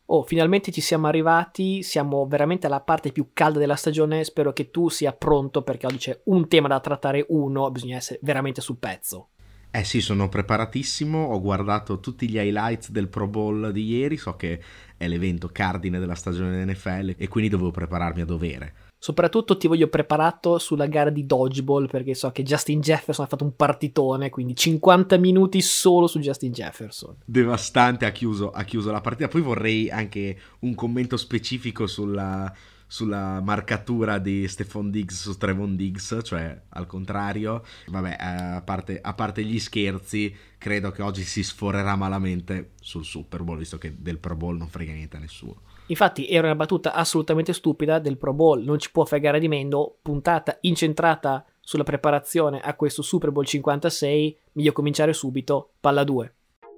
Oh, finalmente ci siamo arrivati, siamo veramente alla parte più calda della stagione, spero che tu sia pronto perché oggi c'è un tema da trattare, bisogna essere veramente sul pezzo. Eh sì, sono preparatissimo, ho guardato tutti gli highlights del Pro Bowl di ieri, so che è l'evento cardine della stagione NFL e quindi dovevo prepararmi a dovere. Soprattutto ti voglio preparato sulla gara di dodgeball perché so che Justin Jefferson ha fatto un partitone, quindi 50 minuti solo su Justin Jefferson. Devastante, ha chiuso la partita. Poi vorrei anche un commento specifico sulla marcatura di Stephon Diggs su Trevon Diggs, cioè al contrario. Vabbè, a parte gli scherzi, credo che oggi si sforerà malamente sul Super Bowl, visto che del Pro Bowl non frega niente a nessuno. Infatti era una battuta assolutamente stupida del Pro Bowl, non ci può fregare di meno, puntata incentrata sulla preparazione a questo Super Bowl 56, meglio cominciare subito, palla 2.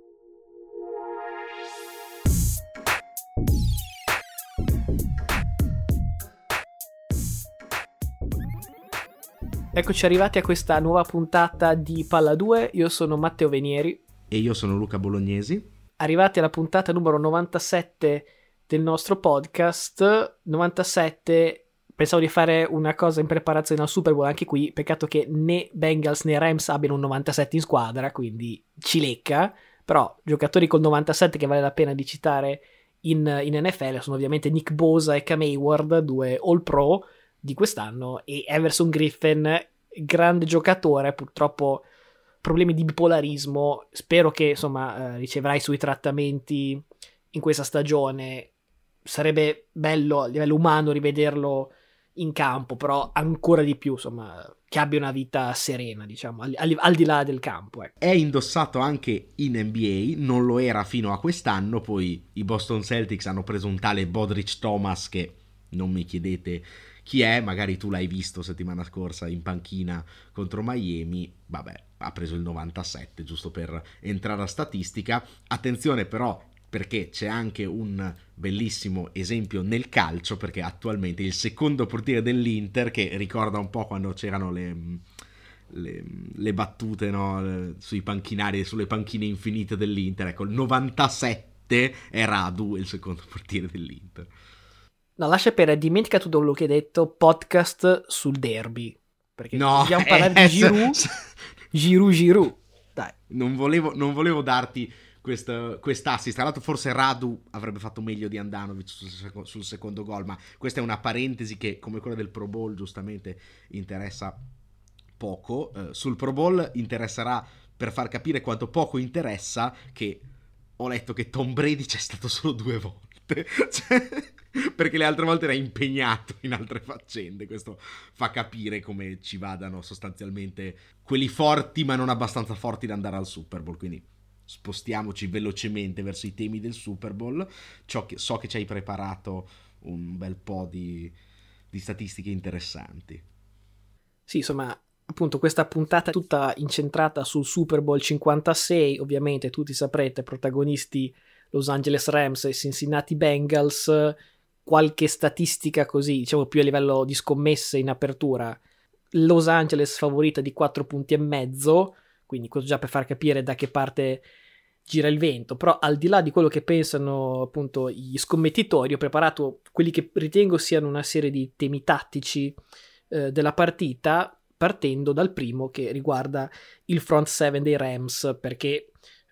Eccoci arrivati a questa nuova puntata di Palla 2, io sono Matteo Venieri. E io sono Luca Bolognesi. Arrivati alla puntata numero 97 del nostro podcast, 97, pensavo di fare una cosa in preparazione al Super Bowl anche qui, peccato che né Bengals né Rams abbiano un 97 in squadra, quindi ci lecca, però giocatori col 97 che vale la pena di citare in NFL sono ovviamente Nick Bosa e Cam Hayward, due All Pro di quest'anno, e Everson Griffin, grande giocatore, purtroppo problemi di bipolarismo, spero che insomma riceverà i suoi trattamenti in questa stagione, sarebbe bello a livello umano rivederlo in campo, però ancora di più insomma che abbia una vita serena, diciamo, al di là del campo, ecco. È indossato anche in NBA, non lo era fino a quest'anno, poi i Boston Celtics hanno preso un tale Bodrich Thomas che non mi chiedete chi è, magari tu l'hai visto settimana scorsa in panchina contro Miami, vabbè, ha preso il 97 giusto per entrare a statistica. Attenzione però, perché c'è anche un bellissimo esempio nel calcio, perché attualmente il secondo portiere dell'Inter, che ricorda un po' quando c'erano le battute, no, sui panchinari, sulle panchine infinite dell'Inter, ecco, il 97 è Radu, il secondo portiere dell'Inter. No, lascia perdere, dimentica tutto quello che hai detto, podcast sul derby, perché No, dobbiamo parlare di Giroud, dai. non volevo darti quest'assist. Tra l'altro forse Radu avrebbe fatto meglio di Andanovic sul secondo gol, ma questa è una parentesi che, come quella del Pro Bowl, giustamente interessa poco. Sul Pro Bowl interesserà per far capire quanto poco interessa che ho letto che Tom Brady c'è stato solo 2 volte. Cioè, perché le altre volte era impegnato in altre faccende. Questo fa capire come ci vadano sostanzialmente quelli forti ma non abbastanza forti da andare al Super Bowl. Quindi spostiamoci velocemente verso i temi del Super Bowl. So che ci hai preparato un bel po' di statistiche interessanti. Sì, insomma, appunto questa puntata è tutta incentrata sul Super Bowl 56, ovviamente tutti saprete, protagonisti Los Angeles Rams e Cincinnati Bengals, qualche statistica così, diciamo più a livello di scommesse in apertura. Los Angeles favorita di 4 punti e mezzo, quindi questo già per far capire da che parte gira il vento, però al di là di quello che pensano appunto gli scommettitori, ho preparato quelli che ritengo siano una serie di temi tattici della partita, partendo dal primo che riguarda il front seven dei Rams, perché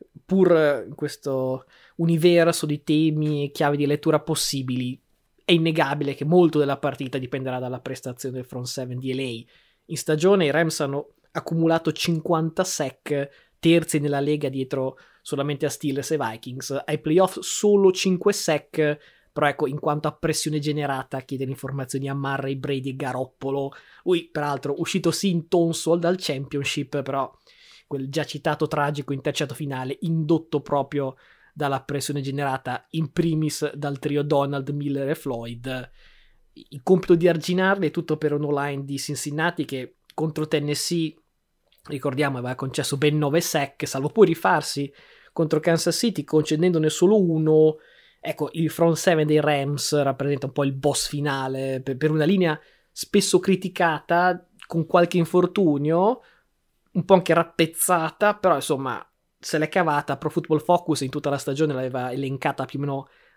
pur in questo universo di temi e chiavi di lettura possibili è innegabile che molto della partita dipenderà dalla prestazione del front seven di LA. In stagione i Rams hanno accumulato 50 sack, terzi nella lega dietro solamente a Steelers e Vikings. Ai playoff solo 5 sack, però ecco, in quanto a pressione generata, chiedere informazioni a Murray, Brady e Garoppolo. Lui, peraltro, uscito sì in Tonsol dal Championship, però quel già citato tragico intercetto finale indotto proprio dalla pressione generata in primis dal trio Donald, Miller e Floyd. Il compito di arginarli è tutto per un O-line di Cincinnati che contro Tennessee, ricordiamo, aveva concesso ben 9 sack, salvo poi rifarsi contro Kansas City concedendone solo uno. Ecco, il front seven dei Rams rappresenta un po' il boss finale per una linea spesso criticata, con qualche infortunio, un po' anche rappezzata, però insomma se l'è cavata. Pro Football Focus in tutta la stagione l'aveva elencata più o meno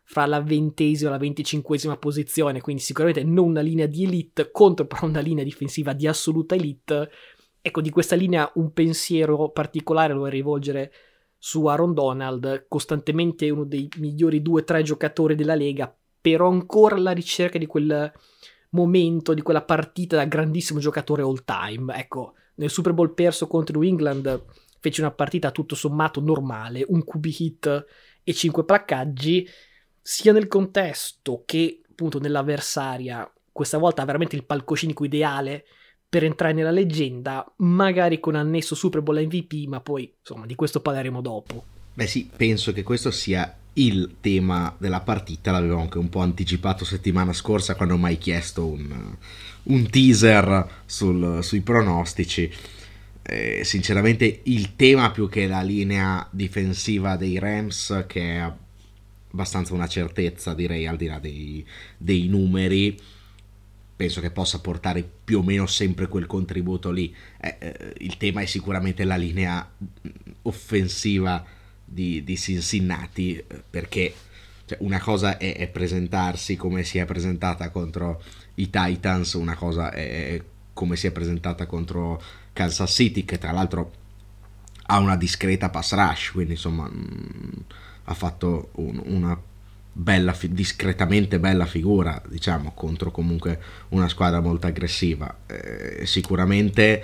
fra la 20ª e la 25ª posizione, quindi sicuramente non una linea di elite contro però una linea difensiva di assoluta elite. Ecco, di questa linea un pensiero particolare lo vorrei rivolgere su Aaron Donald, costantemente uno dei migliori 2-3 giocatori della Lega, però ancora alla ricerca di quel momento, di quella partita da grandissimo giocatore all time. Ecco, nel Super Bowl perso contro New England fece una partita tutto sommato normale, un QB hit e 5 placcaggi, sia nel contesto che appunto nell'avversaria. Questa volta ha veramente il palcoscenico ideale per entrare nella leggenda, magari con annesso Super Bowl MVP, ma poi insomma di questo parleremo dopo. Beh sì, penso che questo sia il tema della partita, l'avevamo anche un po' anticipato settimana scorsa quando mi hai chiesto un teaser sui pronostici. Sinceramente il tema più che la linea difensiva dei Rams, che è abbastanza una certezza direi al di là dei numeri, penso che possa portare più o meno sempre quel contributo lì. Il tema è sicuramente la linea offensiva di Cincinnati, perché cioè, una cosa è presentarsi come si è presentata contro i Titans, una cosa è come si è presentata contro Kansas City, che tra l'altro ha una discreta pass rush, quindi insomma ha fatto una discretamente bella figura, diciamo, contro comunque una squadra molto aggressiva. Sicuramente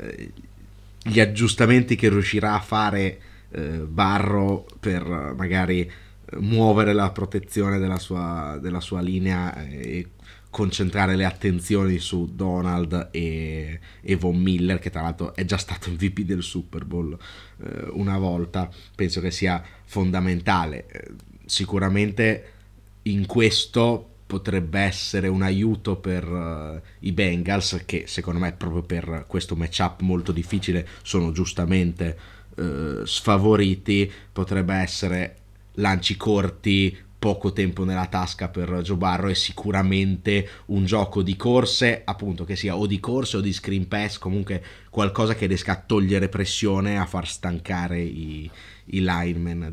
gli aggiustamenti che riuscirà a fare Barrow per magari muovere la protezione della sua linea e concentrare le attenzioni su Donald e Von Miller, che tra l'altro è già stato MVP del Super Bowl una volta, penso che sia fondamentale. Sicuramente in questo potrebbe essere un aiuto per i Bengals, che secondo me proprio per questo matchup molto difficile sono giustamente sfavoriti. Potrebbe essere lanci corti, poco tempo nella tasca per Joe Burrow, e sicuramente un gioco di corse, appunto, che sia o di corse o di screen pass, comunque qualcosa che riesca a togliere pressione, a far stancare i linemen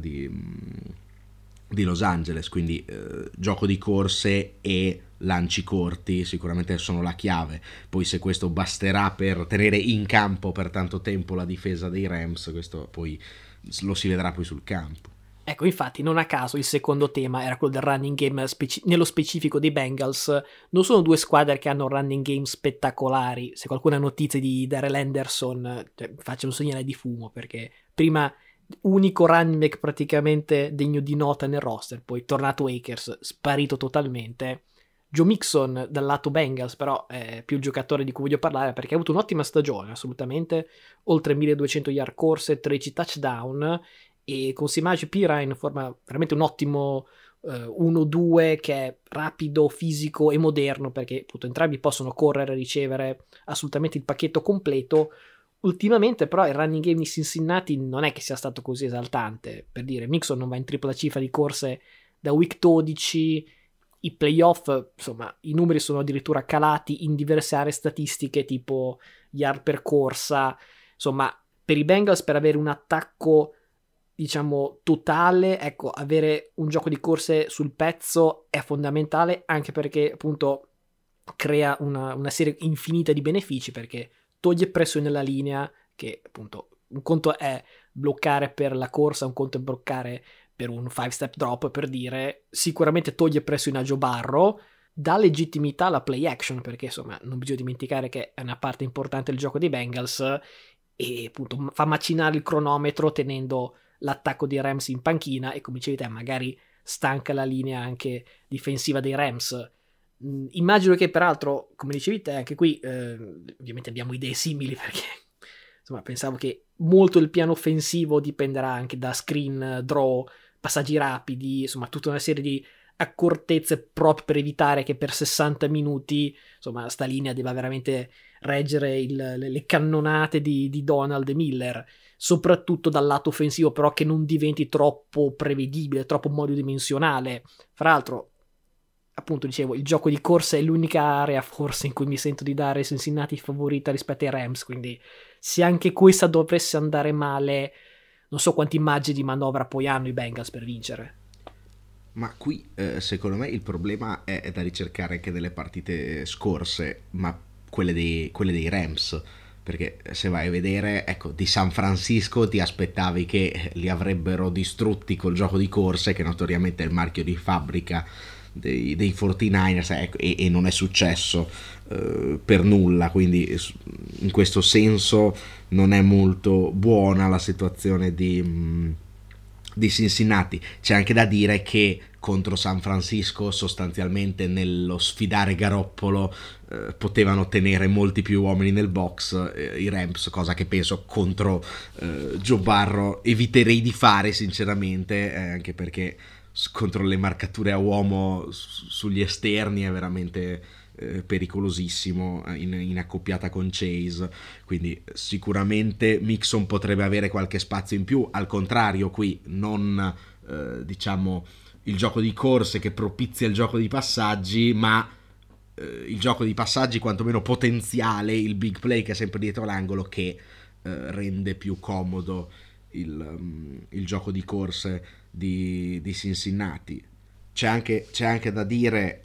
di Los Angeles. Quindi gioco di corse e lanci corti sicuramente sono la chiave. Poi se questo basterà per tenere in campo per tanto tempo la difesa dei Rams, questo poi lo si vedrà poi sul campo. Ecco, infatti, non a caso il secondo tema era quello del running game nello specifico dei Bengals. Non sono due squadre che hanno running game spettacolari. Se qualcuno ha notizie di Darrell Henderson, faccia un segnale di fumo, perché prima unico running back praticamente degno di nota nel roster, poi tornato Akers, sparito totalmente. Joe Mixon dal lato Bengals però è più il giocatore di cui voglio parlare, perché ha avuto un'ottima stagione assolutamente, oltre 1200 yard corse, 13 touchdown, e con Samaje Perine forma veramente un ottimo 1-2 che è rapido, fisico e moderno, perché appunto entrambi possono correre e ricevere assolutamente il pacchetto completo. Ultimamente però il running game di Cincinnati non è che sia stato così esaltante. Per dire, Mixon non va in tripla cifra di corse da week 12, i playoff, insomma, i numeri sono addirittura calati in diverse aree statistiche, tipo yard per corsa. Insomma, per i Bengals, per avere un attacco, diciamo, totale, ecco, avere un gioco di corse sul pezzo è fondamentale, anche perché appunto crea una serie infinita di benefici, perché toglie pressione nella linea, che appunto un conto è bloccare per la corsa, un conto è bloccare per un 5-step drop, per dire. Sicuramente toglie pressione a Joe Burrow, dà legittimità alla play action, perché insomma non bisogna dimenticare che è una parte importante del gioco dei Bengals, e appunto fa macinare il cronometro tenendo l'attacco dei Rams in panchina, e come dicevi te magari stanca la linea anche difensiva dei Rams. Immagino che peraltro, come dicevi te, anche qui ovviamente abbiamo idee simili, perché insomma pensavo che molto il piano offensivo dipenderà anche da screen, draw, passaggi rapidi, insomma tutta una serie di accortezze proprio per evitare che per 60 minuti insomma sta linea debba veramente reggere le cannonate di Donald e Miller, soprattutto dal lato offensivo, però che non diventi troppo prevedibile, troppo monodimensionale. Fra l'altro, appunto dicevo, il gioco di corsa è l'unica area forse in cui mi sento di dare Cincinnati favorita rispetto ai Rams, quindi se anche questa dovesse andare male, non so quanti immagini di manovra poi hanno i Bengals per vincere. Ma qui secondo me il problema è da ricercare anche nelle partite scorse, ma quelle dei Rams, perché se vai a vedere, ecco, di San Francisco ti aspettavi che li avrebbero distrutti col gioco di corse, che notoriamente è il marchio di fabbrica dei 49ers, ecco, e non è successo per nulla, quindi in questo senso non è molto buona la situazione di Cincinnati. C'è anche da dire che contro San Francisco sostanzialmente nello sfidare Garoppolo potevano tenere molti più uomini nel box i Rams, cosa che penso contro Joe Burrow eviterei di fare sinceramente, anche perché contro le marcature a uomo sugli esterni è veramente pericolosissimo in accoppiata con Chase, quindi sicuramente Mixon potrebbe avere qualche spazio in più. Al contrario, qui non diciamo il gioco di corse che propizia il gioco di passaggi, ma il gioco di passaggi quantomeno potenziale, il big play che è sempre dietro l'angolo, che rende più comodo il gioco di corse di Cincinnati. C'è anche da dire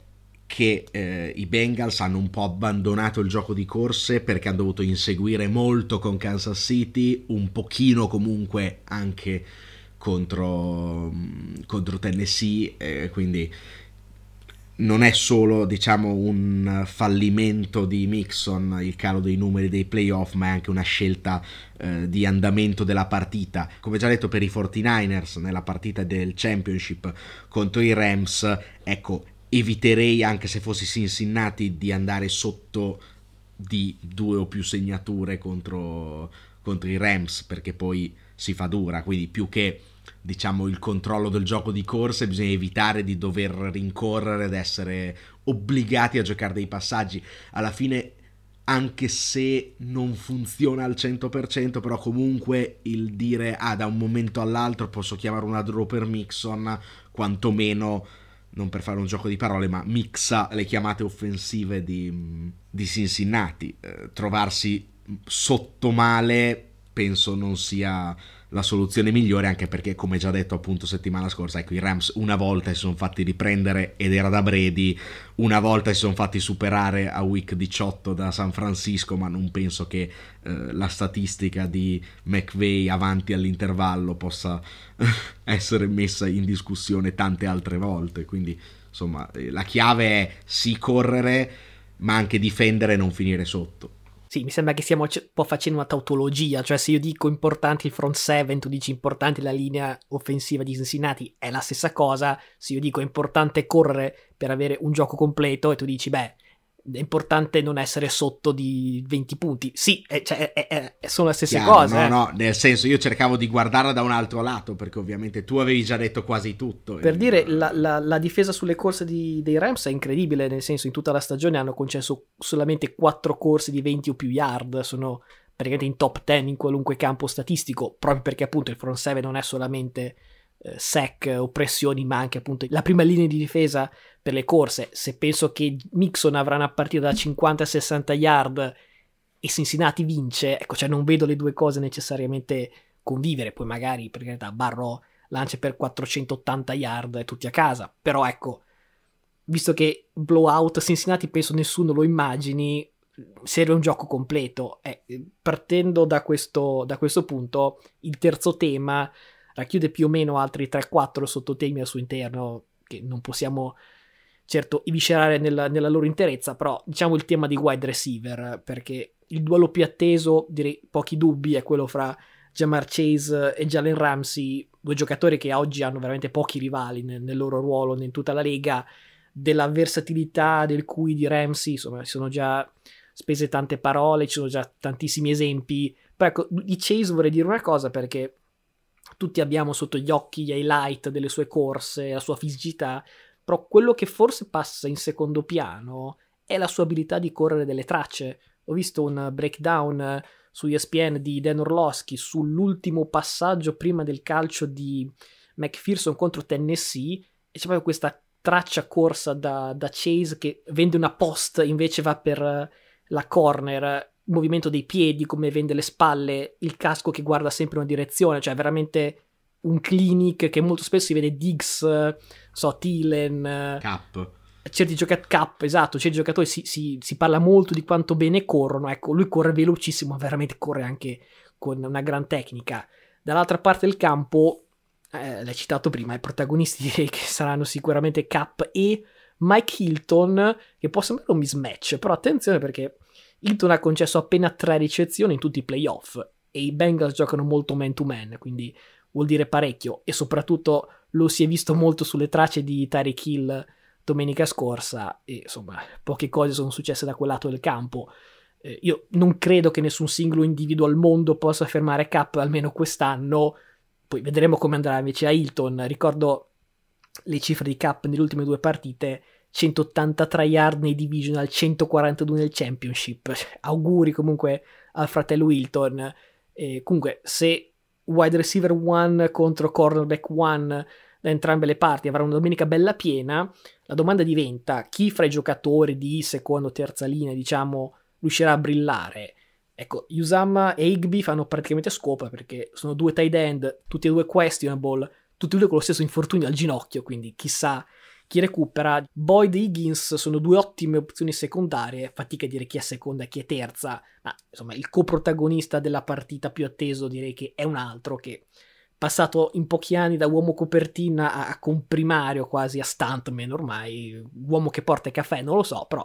che i Bengals hanno un po' abbandonato il gioco di corse perché hanno dovuto inseguire molto con Kansas City, un pochino comunque anche contro Tennessee, quindi non è solo diciamo un fallimento di Mixon il calo dei numeri dei playoff, ma è anche una scelta di andamento della partita. Come già detto per i 49ers nella partita del championship contro i Rams, ecco, eviterei, anche se fossi Cincinnati, di andare sotto di 2 o più segnature contro i Rams, perché poi si fa dura. Quindi più che diciamo il controllo del gioco di corse, bisogna evitare di dover rincorrere ed essere obbligati a giocare dei passaggi. Alla fine, anche se non funziona al 100%, però comunque il dire da un momento all'altro posso chiamare una draw per Mixon, quantomeno, non per fare un gioco di parole, ma mixa le chiamate offensive di Cincinnati. Trovarsi sotto male penso non sia la soluzione migliore, anche perché, come già detto appunto settimana scorsa, ecco, i Rams una volta si sono fatti riprendere ed era da Brady, una volta si sono fatti superare a week 18 da San Francisco, ma non penso che la statistica di McVay avanti all'intervallo possa essere messa in discussione tante altre volte. Quindi insomma la chiave è sì correre, ma anche difendere e non finire sotto. Sì, mi sembra che stiamo un po' facendo una tautologia, cioè se io dico importante il front seven, tu dici importante la linea offensiva di Cincinnati, è la stessa cosa. Se io dico importante correre per avere un gioco completo e tu dici, beh, è importante non essere sotto di 20 punti. Sì, sono le stesse Chiaro, cose. No, nel senso io cercavo di guardarla da un altro lato, perché ovviamente tu avevi già detto quasi tutto. Per dire, la difesa sulle corse dei Rams è incredibile, nel senso in tutta la stagione hanno concesso solamente 4 corse di 20 o più yard, sono praticamente in top 10 in qualunque campo statistico, proprio perché appunto il front 7 non è solamente sack o pressioni, ma anche appunto la prima linea di difesa per le corse. Se penso che Mixon avrà una partita da 50-60 yard e Cincinnati vince, ecco, cioè non vedo le due cose necessariamente convivere. Poi magari, per carità, Barrow lancia per 480 yard e tutti a casa, però ecco, visto che blowout Cincinnati penso nessuno lo immagini, serve un gioco completo. Partendo da questo punto, il terzo tema racchiude più o meno altri 3-4 sottotemi al suo interno che non possiamo certo eviscerare nella loro interezza, però diciamo il tema di wide receiver, perché il duello più atteso, direi pochi dubbi, è quello fra Ja'Marr Chase e Jalen Ramsey, due giocatori che oggi hanno veramente pochi rivali nel loro ruolo in tutta la lega. Della versatilità del QI di Ramsey, insomma, ci sono già spese tante parole, ci sono già tantissimi esempi. Però ecco, di Chase vorrei dire una cosa, perché tutti abbiamo sotto gli occhi gli highlight delle sue corse, la sua fisicità, però quello che forse passa in secondo piano è la sua abilità di correre delle tracce. Ho visto un breakdown su ESPN di Dan Orlovsky sull'ultimo passaggio prima del calcio di McPherson contro Tennessee, e c'è proprio questa traccia corsa da Chase che vende una post, invece va per la corner, il movimento dei piedi, come vende le spalle, il casco che guarda sempre in una direzione, cioè veramente un clinic che molto spesso si vede Diggs, Thielen, Cap. certi giocatori si parla molto di quanto bene corrono. Ecco, lui corre velocissimo, veramente corre anche con una gran tecnica. Dall'altra parte del campo, l'hai citato prima, i protagonisti direi che saranno sicuramente Cap e Mike Hilton, che può sembrare un mismatch, però attenzione perché Hilton ha concesso appena 3 ricezioni in tutti i playoff e i Bengals giocano molto man to man, quindi vuol dire parecchio, e soprattutto lo si è visto molto sulle tracce di Tyreek Hill domenica scorsa, e insomma poche cose sono successe da quel lato del campo. Io non credo che nessun singolo individuo al mondo possa fermare Cap almeno quest'anno, poi vedremo come andrà invece a Hilton. Ricordo le cifre di Cap nelle ultime 2 partite: 183 yard nei divisional, 142 nel championship. Auguri comunque al fratello Hilton. Comunque, se wide receiver 1 contro cornerback 1 da entrambe le parti avrà una domenica bella piena, la domanda diventa: chi fra i giocatori di seconda o terza linea, diciamo, riuscirà a brillare? Ecco, Uzomah e Higbee fanno praticamente scopa, perché sono 2 tight end, tutti e 2 questionable, tutti e 2 con lo stesso infortunio al ginocchio, quindi chissà chi recupera. Boyd e Higgins sono 2 ottime opzioni secondarie, fatica a dire chi è seconda e chi è terza, ma insomma il coprotagonista della partita più atteso direi che è un altro, che passato in pochi anni da uomo copertina a comprimario, quasi a stuntman ormai, uomo che porta il caffè, non lo so, però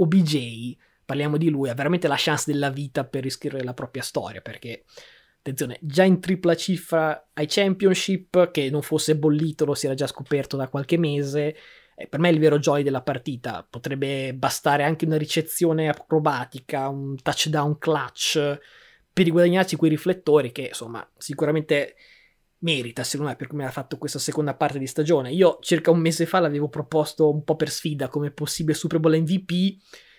OBJ, parliamo di lui, ha veramente la chance della vita per riscrivere la propria storia, perché attenzione, già in tripla cifra ai championship, che non fosse bollito lo si era già scoperto da qualche mese. Per me è il vero joy della partita, potrebbe bastare anche una ricezione acrobatica, un touchdown clutch per riguadagnarsi quei riflettori che insomma sicuramente merita, secondo me, per come ha fatto questa seconda parte di stagione. Io circa un mese fa l'avevo proposto un po' per sfida come possibile Super Bowl MVP,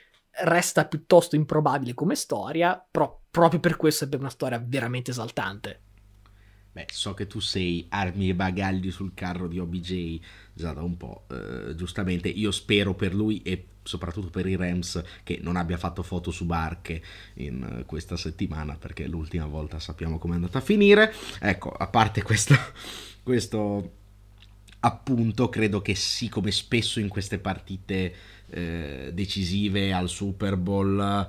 resta piuttosto improbabile come storia, però proprio per questo è una storia veramente esaltante. Beh, so che tu sei armi e bagagli sul carro di OBJ già da un po', giustamente. Io spero per lui e soprattutto per i Rams che non abbia fatto foto su barche in questa settimana, perché l'ultima volta sappiamo come è andata a finire. Ecco, a parte questo appunto, credo che sì, come spesso in queste partite decisive al Super Bowl,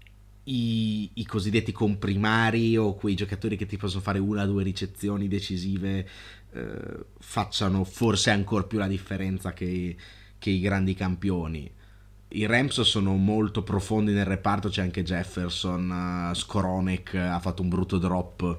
i cosiddetti comprimari o quei giocatori che ti possono fare 1 o 2 ricezioni decisive facciano forse ancora più la differenza che i grandi campioni. I Rams sono molto profondi nel reparto, c'è anche Jefferson, Skoronek ha fatto un brutto drop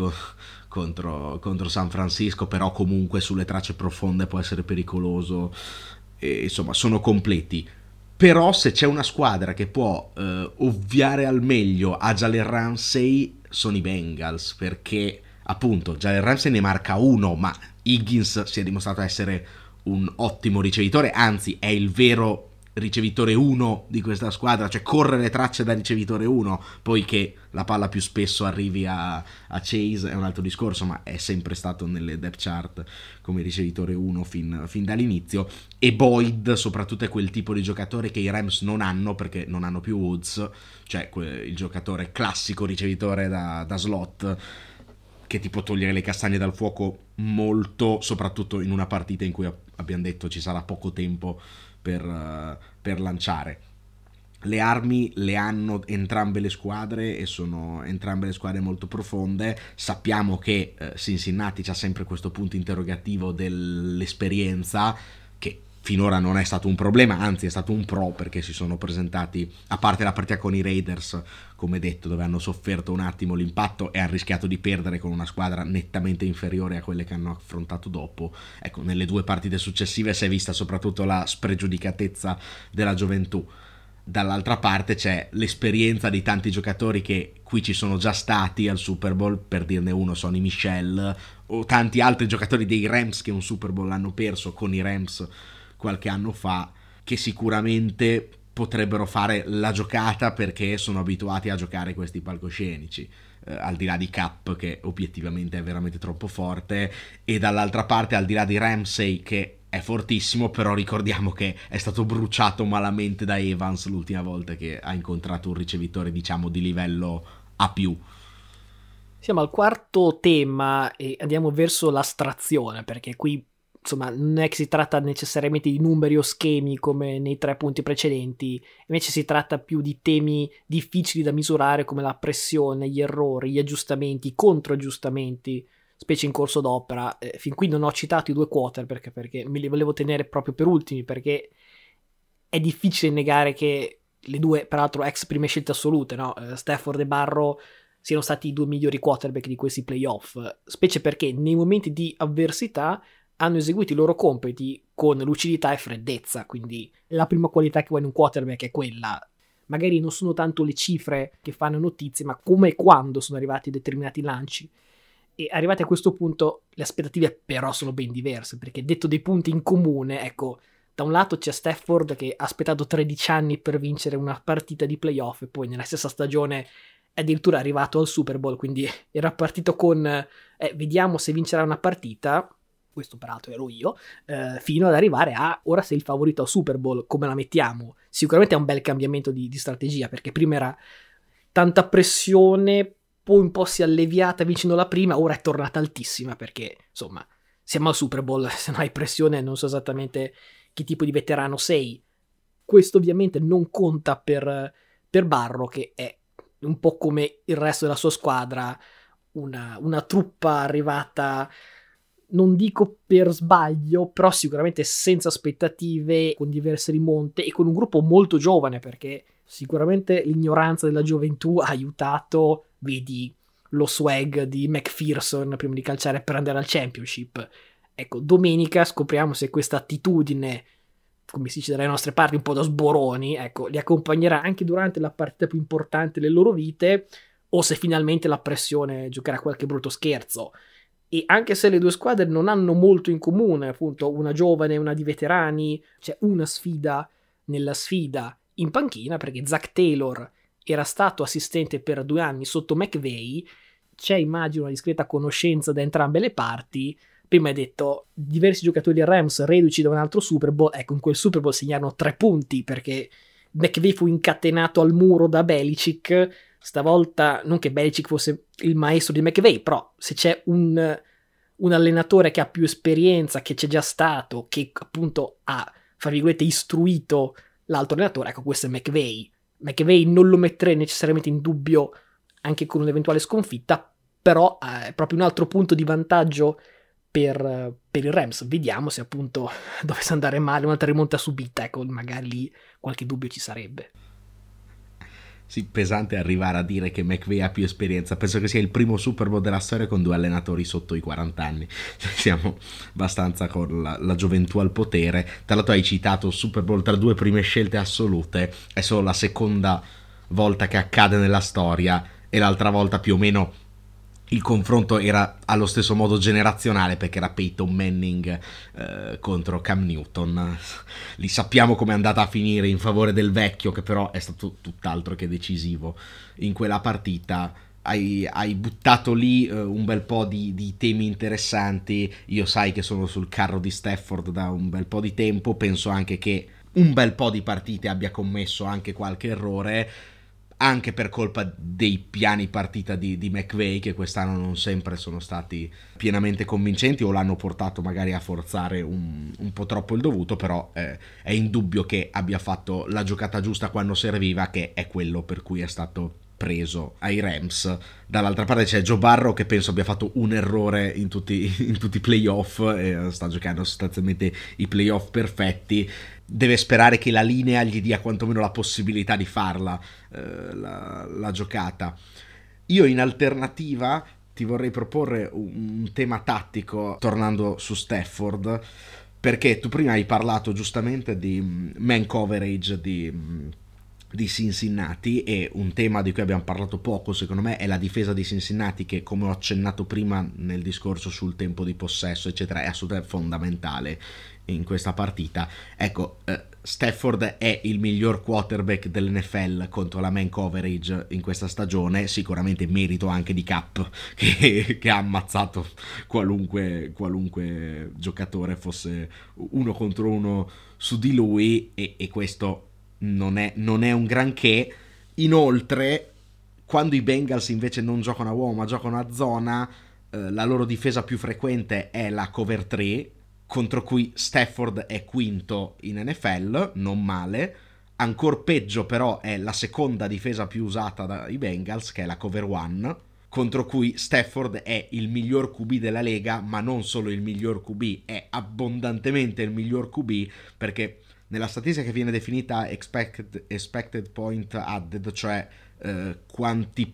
contro San Francisco, però comunque sulle tracce profonde può essere pericoloso, e, insomma sono completi. Però se c'è una squadra che può ovviare al meglio a Jalen Ramsey sono i Bengals, perché appunto Jalen Ramsey ne marca 1, ma Higgins si è dimostrato essere un ottimo ricevitore, anzi è il vero ricevitore 1 di questa squadra, cioè corre le tracce da ricevitore 1, poi che la palla più spesso arrivi a Chase è un altro discorso, ma è sempre stato nelle depth chart come ricevitore 1 fin dall'inizio. E Boyd soprattutto è quel tipo di giocatore che i Rams non hanno, perché non hanno più Woods, cioè il giocatore classico ricevitore da slot che ti può togliere le castagne dal fuoco molto, soprattutto in una partita in cui abbiamo detto ci sarà poco tempo per lanciare. Le armi le hanno entrambe le squadre e sono entrambe le squadre molto profonde. Sappiamo che Cincinnati c'ha sempre questo punto interrogativo dell'esperienza, che finora non è stato un problema, anzi è stato un pro, perché si sono presentati, a parte la partita con i Raiders, come detto, dove hanno sofferto un attimo l'impatto e hanno rischiato di perdere con una squadra nettamente inferiore a quelle che hanno affrontato dopo. Ecco, nelle 2 partite successive si è vista soprattutto la spregiudicatezza della gioventù. Dall'altra parte c'è l'esperienza di tanti giocatori che qui ci sono già stati al Super Bowl, per dirne uno Sonny Michel, o tanti altri giocatori dei Rams che un Super Bowl hanno perso con i Rams qualche anno fa, che sicuramente potrebbero fare la giocata perché sono abituati a giocare questi palcoscenici, al di là di Cap, che obiettivamente è veramente troppo forte, e dall'altra parte al di là di Ramsey, che è fortissimo, però ricordiamo che è stato bruciato malamente da Evans l'ultima volta che ha incontrato un ricevitore, diciamo, di livello A+. Siamo al quarto tema e andiamo verso l'astrazione, perché qui insomma non è che si tratta necessariamente di numeri o schemi come nei 3 punti precedenti, invece si tratta più di temi difficili da misurare come la pressione, gli errori, gli aggiustamenti, i controaggiustamenti, specie in corso d'opera. Fin qui non ho citato i 2 quarterback perché me li volevo tenere proprio per ultimi, perché è difficile negare che le due, peraltro ex prime scelte assolute, no? Stafford e Barrow siano stati i 2 migliori quarterback di questi playoff, specie perché nei momenti di avversità hanno eseguito i loro compiti con lucidità e freddezza, quindi la prima qualità che vuoi in un quarterback è quella. Magari non sono tanto le cifre che fanno notizie, ma come e quando sono arrivati determinati lanci. E arrivati a questo punto le aspettative però sono ben diverse, perché detto dei punti in comune, ecco, da un lato c'è Stafford che ha aspettato 13 anni per vincere una partita di playoff e poi nella stessa stagione è addirittura arrivato al Super Bowl, quindi era partito con vediamo se vincerà una partita, questo peraltro ero io, fino ad arrivare a ora sei il favorito al Super Bowl, come la mettiamo? Sicuramente è un bel cambiamento di strategia, perché prima era tanta pressione, poi un po' si è alleviata vincendo la prima, ora è tornata altissima perché insomma siamo al Super Bowl, se non hai pressione non so esattamente che tipo di veterano sei. Questo ovviamente non conta per Barrow, che è un po' come il resto della sua squadra, una truppa arrivata, non dico per sbaglio, però sicuramente senza aspettative, con diverse rimonte e con un gruppo molto giovane, perché sicuramente l'ignoranza della gioventù ha aiutato, vedi lo swag di McPherson prima di calciare per andare al championship. Ecco, domenica scopriamo se questa attitudine, come si dice dalle nostre parti, un po' da sboroni, ecco, li accompagnerà anche durante la partita più importante delle loro vite, o se finalmente la pressione giocherà qualche brutto scherzo. E anche se le due squadre non hanno molto in comune, appunto una giovane e una di veterani, c'è una sfida nella sfida in panchina, perché Zach Taylor era stato assistente per 2 anni sotto McVay, c'è immagino una discreta conoscenza da entrambe le parti. Prima hai detto diversi giocatori dei Rams reduci da un altro Super Bowl, ecco, in quel Super Bowl segnarono 3 punti perché McVay fu incatenato al muro da Belichick. Stavolta non che Belichick fosse il maestro di McVay, però se c'è un allenatore che ha più esperienza, che c'è già stato, che appunto ha, fra virgolette, istruito l'altro allenatore, ecco, questo è McVay. McVay non lo metterei necessariamente in dubbio anche con un'eventuale sconfitta, però è proprio un altro punto di vantaggio per i Rams. Vediamo se appunto dovesse andare male un'altra rimonta subita, ecco, magari lì qualche dubbio ci sarebbe. Sì, pesante arrivare a dire che McVay ha più esperienza. Penso che sia il primo Super Bowl della storia con 2 allenatori sotto i 40 anni. Siamo abbastanza con la gioventù al potere. Tra l'altro hai citato Super Bowl tra 2 prime scelte assolute. È solo la seconda volta che accade nella storia e l'altra volta più o meno il confronto era allo stesso modo generazionale, perché era Peyton Manning contro Cam Newton. Li sappiamo come è andata a finire in favore del vecchio, che però è stato tutt'altro che decisivo in quella partita. Hai buttato lì un bel po' di temi interessanti. Io sai che sono sul carro di Stafford da un bel po' di tempo, penso anche che un bel po' di partite abbia commesso anche qualche errore, anche per colpa dei piani partita di McVay, che quest'anno non sempre sono stati pienamente convincenti o l'hanno portato magari a forzare un po' troppo il dovuto, però è indubbio che abbia fatto la giocata giusta quando serviva, che è quello per cui è stato preso ai Rams. Dall'altra parte c'è Joe Burrow, che penso abbia fatto un errore in tutti i playoff, sta giocando sostanzialmente i playoff perfetti. Deve sperare che la linea gli dia quantomeno la possibilità di farla la giocata. Io in alternativa ti vorrei proporre un tema tattico tornando su Stafford, perché tu prima hai parlato giustamente di man coverage di Cincinnati, e un tema di cui abbiamo parlato poco secondo me è la difesa di Cincinnati, che come ho accennato prima nel discorso sul tempo di possesso eccetera è assolutamente fondamentale in questa partita. Ecco, Stafford è il miglior quarterback dell'NFL contro la man coverage in questa stagione, sicuramente merito anche di Cap che ha ammazzato qualunque giocatore fosse 1 contro 1 su di lui, e questo non è un granché. Inoltre Quando i Bengals invece non giocano a uomo ma giocano a zona, la loro difesa più frequente è la cover 3, contro cui Stafford è quinto in NFL, non male. Ancor peggio però è la seconda difesa più usata dai Bengals, che è la cover 1, contro cui Stafford è il miglior QB della lega, ma non solo il miglior QB, è abbondantemente il miglior QB, perché nella statistica che viene definita expected point added, cioè quanti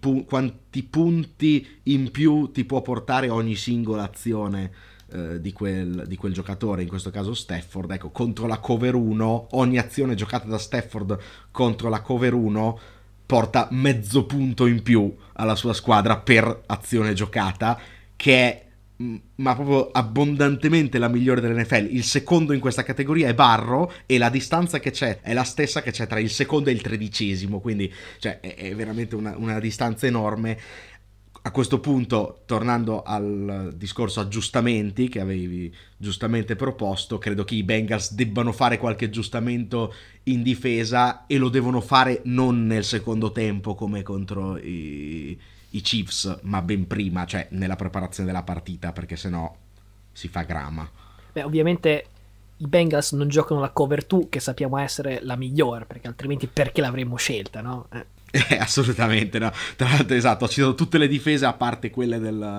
punti in più ti può portare ogni singola azione di quel giocatore, in questo caso Stafford, ecco, contro la cover 1, ogni azione giocata da Stafford contro la cover 1 porta mezzo punto in più alla sua squadra per azione giocata, che è ma proprio abbondantemente la migliore dell'NFL. Il secondo in questa categoria è Barrow, e la distanza che c'è è la stessa che c'è tra il secondo e il 13°, quindi cioè, è veramente una distanza enorme. A questo punto, tornando al discorso aggiustamenti che avevi giustamente proposto, credo che i Bengals debbano fare qualche aggiustamento in difesa, e lo devono fare non nel secondo tempo come contro i Chiefs, ma ben prima, cioè nella preparazione della partita, perché sennò si fa grama. Beh, ovviamente i Bengals non giocano la cover 2, che sappiamo essere la migliore, perché altrimenti perché l'avremmo scelta, no? Assolutamente, no. Tra l'altro, esatto, ho citato tutte le difese a parte quelle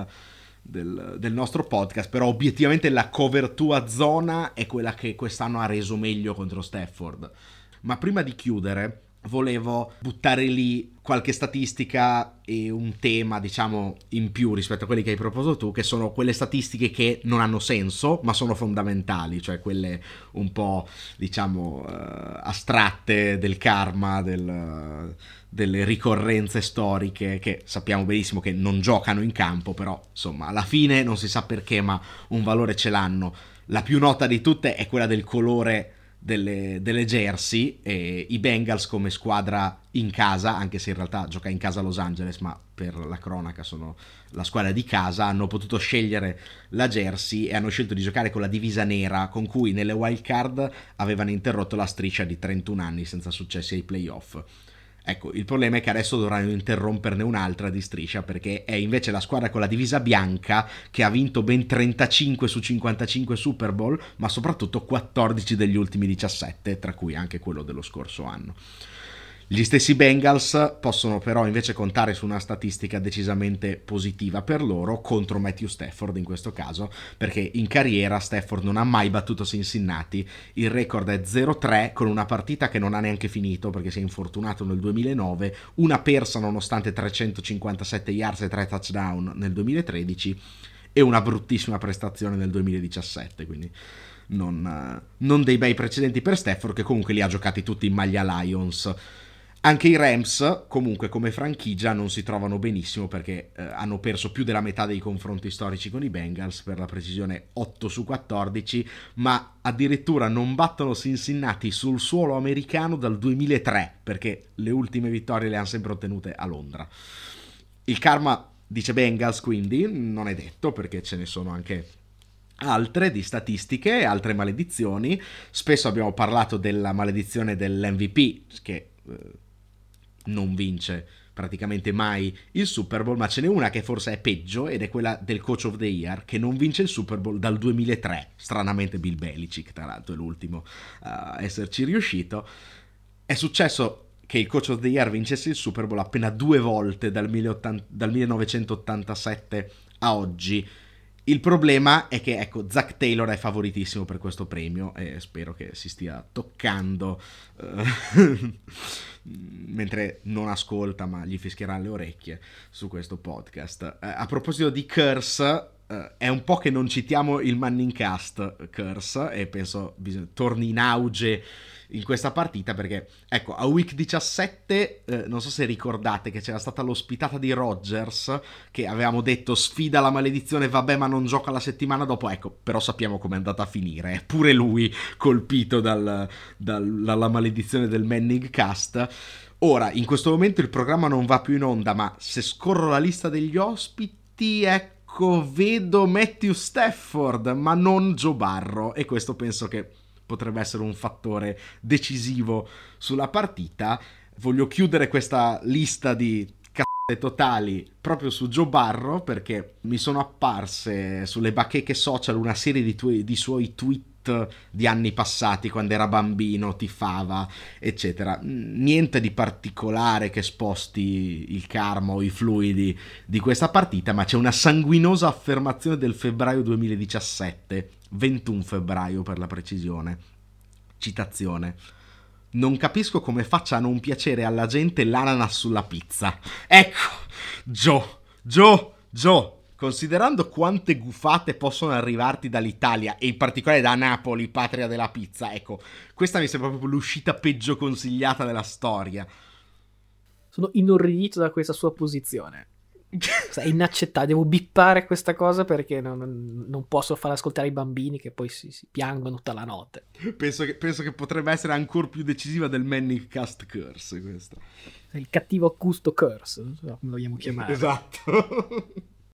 del nostro podcast, però obiettivamente la cover 2 a zona è quella che quest'anno ha reso meglio contro Stafford. Ma prima di chiudere volevo buttare lì qualche statistica e un tema, diciamo, in più rispetto a quelli che hai proposto tu, che sono quelle statistiche che non hanno senso ma sono fondamentali, cioè quelle un po', diciamo, astratte del karma, delle ricorrenze storiche, che sappiamo benissimo che non giocano in campo, però insomma alla fine non si sa perché, ma un valore ce l'hanno. La più nota di tutte è quella del colore delle jersey, e i Bengals come squadra in casa, anche se in realtà gioca in casa a Los Angeles, ma per la cronaca sono la squadra di casa, hanno potuto scegliere la jersey e hanno scelto di giocare con la divisa nera, con cui nelle wild card avevano interrotto la striscia di 31 anni senza successi ai playoff. Ecco, il problema è che adesso dovranno interromperne un'altra di striscia, perché è invece la squadra con la divisa bianca che ha vinto ben 35 su 55 Super Bowl, ma soprattutto 14 degli ultimi 17, tra cui anche quello dello scorso anno. Gli stessi Bengals possono però invece contare su una statistica decisamente positiva per loro contro Matthew Stafford in questo caso, perché in carriera Stafford non ha mai battuto Cincinnati, il record è 0-3 con una partita che non ha neanche finito perché si è infortunato nel 2009, una persa nonostante 357 yards e 3 touchdown nel 2013 e una bruttissima prestazione nel 2017, quindi non dei bei precedenti per Stafford, che comunque li ha giocati tutti in maglia Lions. Anche i Rams, comunque, come franchigia non si trovano benissimo, perché hanno perso più della metà dei confronti storici con i Bengals, per la precisione 8 su 14, ma addirittura non battono Cincinnati sul suolo americano dal 2003, perché le ultime vittorie le hanno sempre ottenute a Londra. Il karma dice Bengals, quindi non è detto, perché ce ne sono anche altre di statistiche, altre maledizioni. Spesso abbiamo parlato della maledizione dell'MVP, che non vince praticamente mai il Super Bowl, ma ce n'è una che forse è peggio, ed è quella del Coach of the Year, che non vince il Super Bowl dal 2003. Stranamente Bill Belichick, tra l'altro, è l'ultimo a esserci riuscito. È successo che il Coach of the Year vincesse il Super Bowl appena 2 volte dal 1987 a oggi. Il problema è che, ecco, Zach Taylor è favoritissimo per questo premio, e spero che si stia toccando mentre non ascolta, ma gli fischieranno le orecchie su questo podcast. A proposito di curse, è un po' che non citiamo il Manning Cast curse, e penso torni in auge in questa partita, perché ecco, a week 17 non so se ricordate che c'era stata l'ospitata di Rodgers, che avevamo detto sfida la maledizione, vabbè, ma non gioca la settimana dopo. Ecco, però sappiamo com'è andata a finire, è pure lui colpito dalla maledizione del Manning Cast. Ora, in questo momento il programma non va più in onda, ma se scorro la lista degli ospiti, ecco, vedo Matthew Stafford, ma non Joe Burrow, e questo penso che potrebbe essere un fattore decisivo sulla partita. Voglio chiudere questa lista di totali proprio su Joe Burrow, perché mi sono apparse sulle bacheche social una serie di suoi tweet di anni passati, quando era bambino, tifava, eccetera. Niente di particolare che sposti il karma o i fluidi di questa partita, ma c'è una sanguinosa affermazione del febbraio 2017, 21 febbraio per la precisione. Citazione: non capisco come faccia a non piacere alla gente l'ananas sulla pizza. Ecco, Joe, considerando quante gufate possono arrivarti dall'Italia e in particolare da Napoli, patria della pizza, ecco, questa mi sembra proprio l'uscita peggio consigliata della storia. Sono inorridito da questa sua posizione. È inaccettabile, devo bippare questa cosa perché non posso far ascoltare i bambini che poi si piangono tutta la notte. Penso che potrebbe essere ancora più decisiva del Manning Cast Curse questa. Il cattivo accusto curse, non so come lo vogliamo chiamare. Esatto.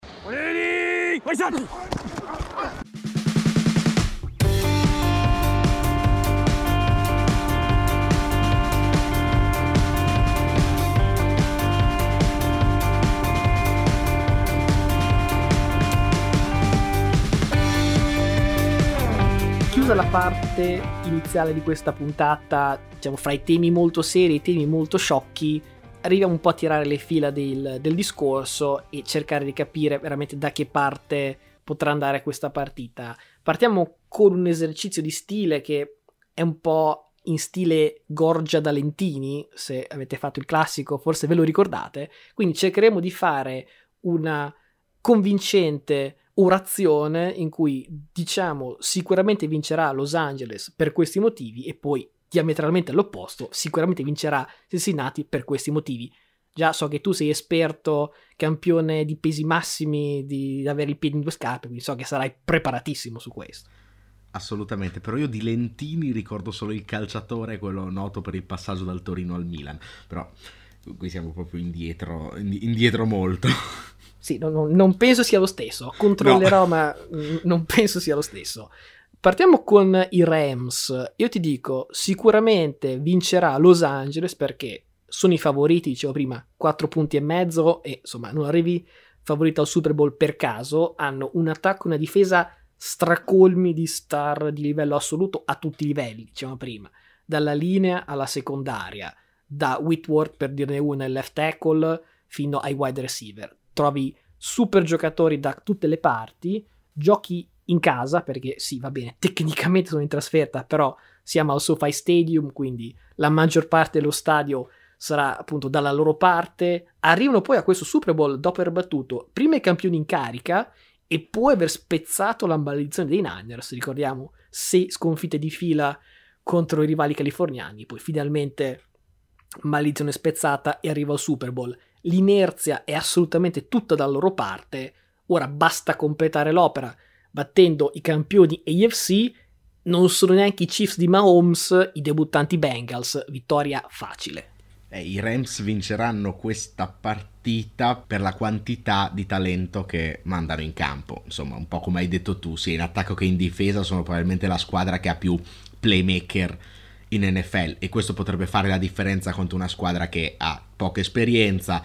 Chiusa la parte iniziale di questa puntata, diciamo fra i temi molto seri e i temi molto sciocchi, arriviamo un po' a tirare le fila del discorso e cercare di capire veramente da che parte potrà andare questa partita. Partiamo con un esercizio di stile che è un po' in stile Gorgia da Lentini, se avete fatto il classico forse ve lo ricordate, quindi cercheremo di fare una convincente orazione in cui diciamo sicuramente vincerà Los Angeles per questi motivi e poi diametralmente all'opposto sicuramente vincerà Cincinnati per questi motivi. Già so che tu sei esperto, campione di pesi massimi, di avere il piede in due scarpe, quindi so che sarai preparatissimo su questo. Assolutamente, però io di Lentini ricordo solo il calciatore, quello noto per il passaggio dal Torino al Milan, però qui siamo proprio indietro molto. Sì, non penso sia lo stesso, controllerò, no. Ma non penso sia lo stesso. Partiamo con i Rams. Io ti dico, sicuramente vincerà Los Angeles perché sono i favoriti, dicevo prima, 4 punti e mezzo e insomma non arrivi favorito al Super Bowl per caso, hanno un attacco e una difesa stracolmi di star di livello assoluto a tutti i livelli, diciamo prima, dalla linea alla secondaria, da Whitworth per dirne una, il left tackle, fino ai wide receiver. Trovi super giocatori da tutte le parti, giochi in casa perché sì, va bene, tecnicamente sono in trasferta, però siamo al SoFi Stadium, quindi la maggior parte dello stadio sarà appunto dalla loro parte. Arrivano poi a questo Super Bowl dopo aver battuto prima i campioni in carica e poi aver spezzato la maledizione dei Niners, ricordiamo 6 sconfitte di fila contro i rivali californiani, poi finalmente maledizione spezzata e arriva al Super Bowl. L'inerzia è assolutamente tutta dalla loro parte, ora basta completare l'opera battendo i campioni AFC. Non sono neanche i Chiefs di Mahomes, i debuttanti Bengals, vittoria facile. I Rams vinceranno questa partita per la quantità di talento che mandano in campo, insomma un po' come hai detto tu, sia in attacco che in difesa sono probabilmente la squadra che ha più playmaker in NFL e questo potrebbe fare la differenza contro una squadra che ha poca esperienza,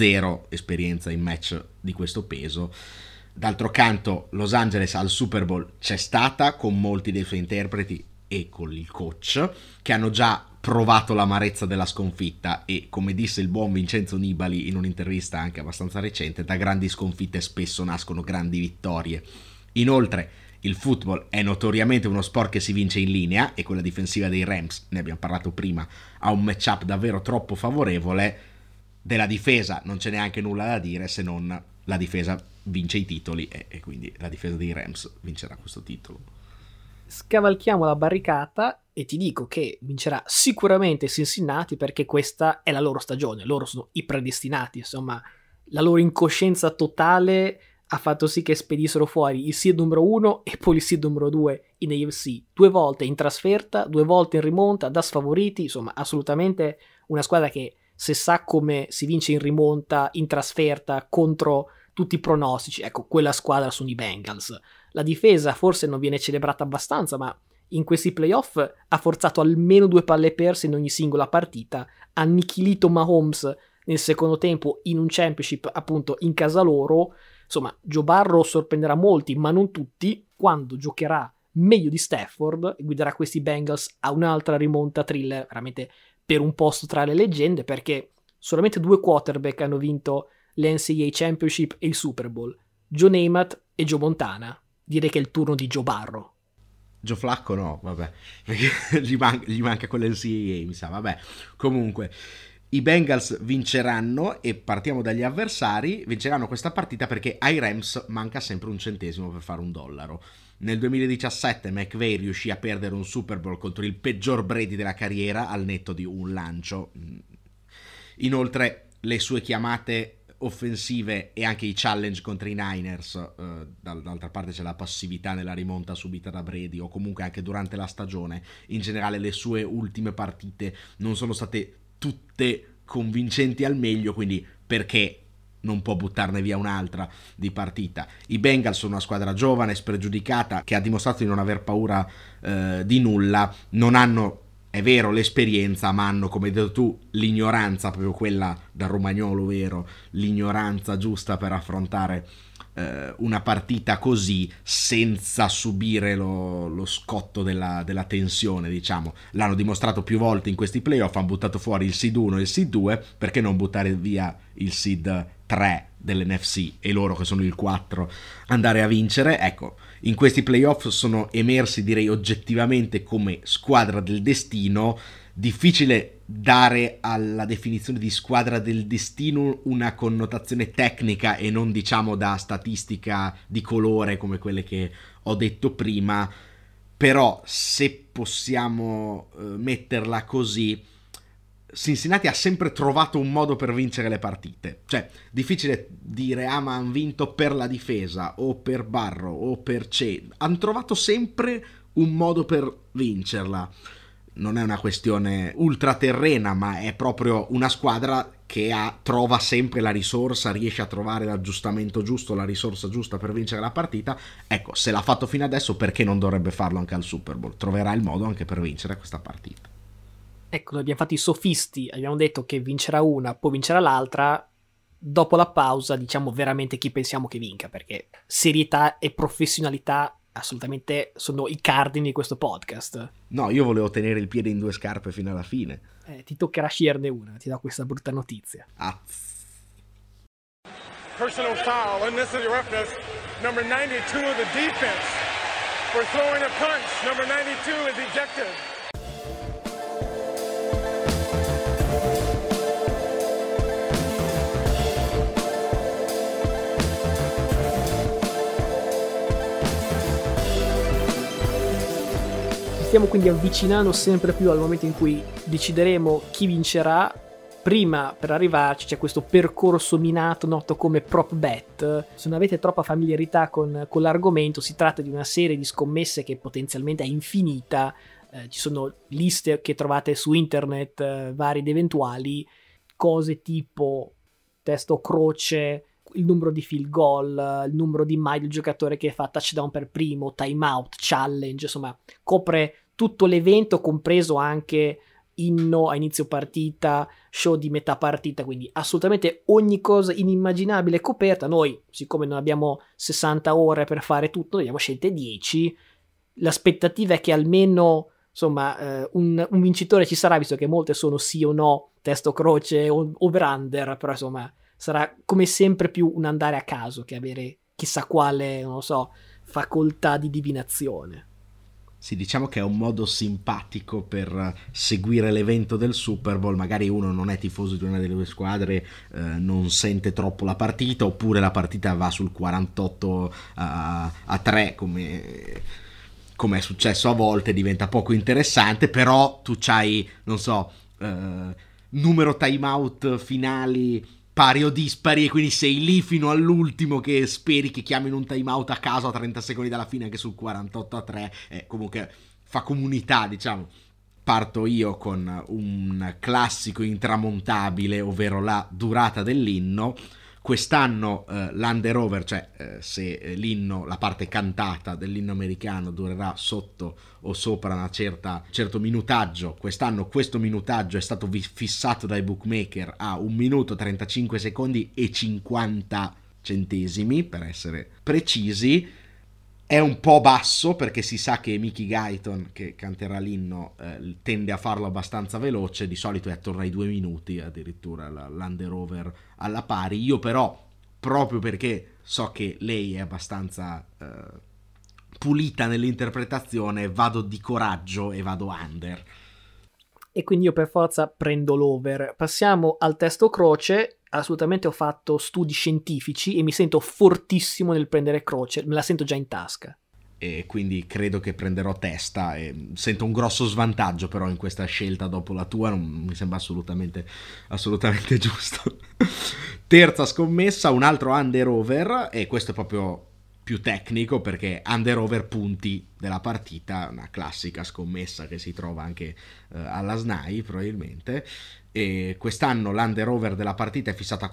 0 esperienza in match di questo peso. D'altro canto Los Angeles al Super Bowl c'è stata con molti dei suoi interpreti e con il coach che hanno già provato l'amarezza della sconfitta e, come disse il buon Vincenzo Nibali in un'intervista anche abbastanza recente, da grandi sconfitte spesso nascono grandi vittorie. Inoltre il football è notoriamente uno sport che si vince in linea e quella difensiva dei Rams, ne abbiamo parlato prima, ha un matchup davvero troppo favorevole. Della difesa non c'è neanche nulla da dire se non la difesa vince i titoli e quindi la difesa dei Rams vincerà questo titolo. Scavalchiamo la barricata e ti dico che vincerà sicuramente Cincinnati perché questa è la loro stagione, loro sono i predestinati, insomma la loro incoscienza totale ha fatto sì che spedissero fuori il seed numero 1 e poi il seed numero 2 in AFC, 2 volte in trasferta, 2 volte in rimonta, da sfavoriti, insomma assolutamente una squadra che se sa come si vince in rimonta, in trasferta, contro tutti i pronostici, ecco, quella squadra sono i Bengals. La difesa forse non viene celebrata abbastanza, ma in questi playoff ha forzato almeno 2 palle perse in ogni singola partita, ha annichilito Mahomes nel secondo tempo in un championship appunto in casa loro. Insomma, Joe Burrow sorprenderà molti, ma non tutti, quando giocherà meglio di Stafford e guiderà questi Bengals a un'altra rimonta thriller, veramente per un posto tra le leggende, perché solamente 2 quarterback hanno vinto l'NCAA Championship e il Super Bowl, Joe Namath e Joe Montana. Direi che è il turno di Joe Burrow. Joe Flacco no, vabbè, perché gli manca quell'NCAA, mi sa, vabbè. Comunque, i Bengals vinceranno, e partiamo dagli avversari, vinceranno questa partita perché ai Rams manca sempre un centesimo per fare $1. Nel 2017 McVay riuscì a perdere un Super Bowl contro il peggior Brady della carriera al netto di un lancio. Inoltre le sue chiamate offensive e anche i challenge contro i Niners, dall'altra parte c'è la passività nella rimonta subita da Brady, o comunque anche durante la stagione in generale le sue ultime partite non sono state tutte convincenti al meglio, quindi perché non può buttarne via un'altra di partita. I Bengals sono una squadra giovane, spregiudicata, che ha dimostrato di non aver paura di nulla, non hanno, è vero, l'esperienza, ma hanno, come hai detto tu, l'ignoranza, proprio quella da romagnolo vero, l'ignoranza giusta per affrontare una partita così senza subire lo scotto della tensione, diciamo. L'hanno dimostrato più volte in questi playoff, hanno buttato fuori il seed 1 e il seed 2, perché non buttare via il seed 3 dell'NFC e loro che sono il 4 andare a vincere? Ecco, in questi playoff sono emersi, direi, oggettivamente come squadra del destino. Difficile dare alla definizione di squadra del destino una connotazione tecnica e non, diciamo, da statistica di colore come quelle che ho detto prima, però se possiamo metterla così, Cincinnati ha sempre trovato un modo per vincere le partite. Cioè, difficile dire ma hanno vinto per la difesa o per Burrow o per hanno trovato sempre un modo per vincerla. Non è una questione ultraterrena, ma è proprio una squadra che trova sempre la risorsa, riesce a trovare l'aggiustamento giusto, la risorsa giusta per vincere la partita. Ecco, se l'ha fatto fino adesso, perché non dovrebbe farlo anche al Super Bowl? Troverà il modo anche per vincere questa partita. Ecco, noi abbiamo fatto i sofisti, abbiamo detto che vincerà una, poi vincerà l'altra. Dopo la pausa diciamo veramente chi pensiamo che vinca, perché serietà e professionalità assolutamente sono i cardini di questo podcast. No, io volevo tenere il piede in 2 scarpe fino alla fine. Ti toccherà sceglierne una, ti do questa brutta notizia. Personal foul, unnecessary roughness, number 92 of the defense for throwing a punch. Number 92 is ejected. Stiamo quindi avvicinando sempre più al momento in cui decideremo chi vincerà. Prima, per arrivarci, c'è questo percorso minato noto come prop bet. Se non avete troppa familiarità con l'argomento, si tratta di una serie di scommesse che potenzialmente è infinita. Ci sono liste che trovate su internet, varie ed eventuali, cose tipo testo croce, il numero di field goal, il numero di mai del giocatore che fa touchdown per primo, timeout, challenge, insomma copre tutto l'evento, compreso anche inno a inizio partita, show di metà partita, quindi assolutamente ogni cosa inimmaginabile è coperta. Noi, siccome non abbiamo 60 ore per fare tutto, ne abbiamo scelte 10. L'aspettativa è che almeno, insomma, un vincitore ci sarà, visto che molte sono sì o no, testo croce o over-under, però insomma sarà come sempre più un andare a caso che avere chissà quale, non lo so, facoltà di divinazione. Sì, diciamo che è un modo simpatico per seguire l'evento del Super Bowl. Magari uno non è tifoso di una delle 2 squadre, non sente troppo la partita, oppure la partita va sul 48-3 come è successo a volte, diventa poco interessante, però tu c'hai, non so, numero timeout finali pari o dispari, e quindi sei lì fino all'ultimo che speri che chiamino un timeout a caso a 30 secondi dalla fine anche sul 48-3. Comunque fa comunità, diciamo. Parto io con un classico intramontabile, ovvero la durata dell'inno. Quest'anno l'Under Over, cioè se l'inno, la parte cantata dell'inno americano durerà sotto o sopra un certo minutaggio, quest'anno questo minutaggio è stato fissato dai bookmaker a 1 minuto 35 secondi e 50 centesimi, per essere precisi. È un po' basso perché si sa che Mickey Guyton, che canterà l'inno, tende a farlo abbastanza veloce, di solito è attorno ai 2 minuti addirittura l'Under Over alla pari. Io però, proprio perché so che lei è abbastanza pulita nell'interpretazione, vado di coraggio e vado under. E quindi io per forza prendo l'over. Passiamo al testo croce. Assolutamente ho fatto studi scientifici e mi sento fortissimo nel prendere croce, me la sento già in tasca. E quindi credo che prenderò testa e sento un grosso svantaggio però in questa scelta dopo la tua, non mi sembra assolutamente giusto. Terza scommessa, un altro under over, e questo è proprio più tecnico perché under over punti della partita, una classica scommessa che si trova anche alla SNAI probabilmente. E quest'anno l'under over della partita è fissato a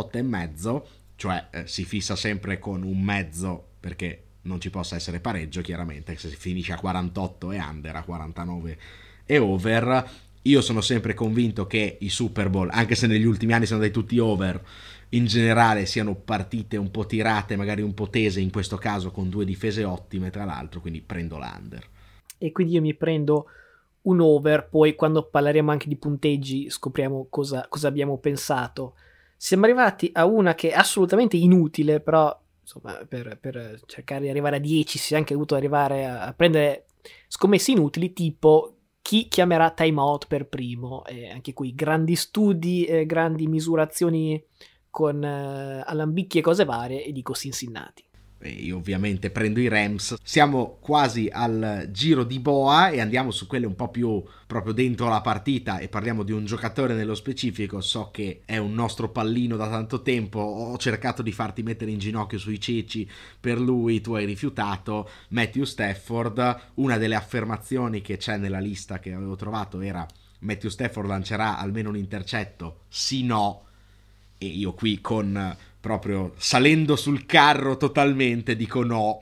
48,5, cioè si fissa sempre con un mezzo perché non ci possa essere pareggio, chiaramente se si finisce a 48 e under, a 49 e over. Io sono sempre convinto che i Super Bowl, anche se negli ultimi anni sono dei tutti over, in generale siano partite un po' tirate, magari un po' tese, in questo caso con 2 difese ottime tra l'altro, quindi prendo l'under. E quindi io mi prendo un over, poi quando parleremo anche di punteggi scopriamo cosa abbiamo pensato. Siamo arrivati a una che è assolutamente inutile, però insomma per cercare di arrivare a 10 si è anche dovuto arrivare a prendere scommesse inutili, tipo chi chiamerà timeout per primo. Anche qui grandi studi, grandi misurazioni con alambicchi e cose varie, e dico Cincinnati. E io ovviamente prendo i Rams. Siamo quasi al giro di boa e andiamo su quelle un po' più proprio dentro la partita e parliamo di un giocatore nello specifico. So che è un nostro pallino da tanto tempo, ho cercato di farti mettere in ginocchio sui ceci per lui, tu hai rifiutato. Matthew Stafford, una delle affermazioni che c'è nella lista che avevo trovato era: Matthew Stafford lancerà almeno un intercetto, sì no. E io qui con proprio salendo sul carro totalmente dico no,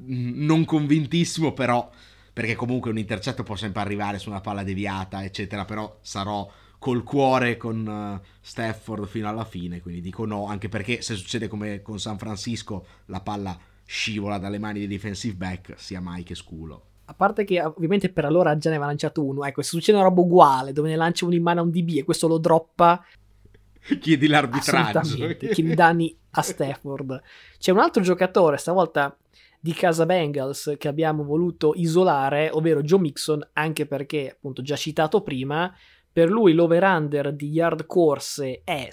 non convintissimo, però perché comunque un intercetto può sempre arrivare su una palla deviata eccetera, però sarò col cuore con Stafford fino alla fine, quindi dico no, anche perché se succede come con San Francisco la palla scivola dalle mani dei defensive back, sia mai che sculo. A parte che ovviamente per allora già ne aveva lanciato uno, ecco, se succede una roba uguale dove ne lancia uno in mano a un DB e questo lo droppa, chiedi l'arbitraggio, chiedi danni a Stafford. C'è un altro giocatore stavolta di casa Bengals che abbiamo voluto isolare, ovvero Joe Mixon, anche perché appunto già citato prima, per lui l'over-under di yard corse è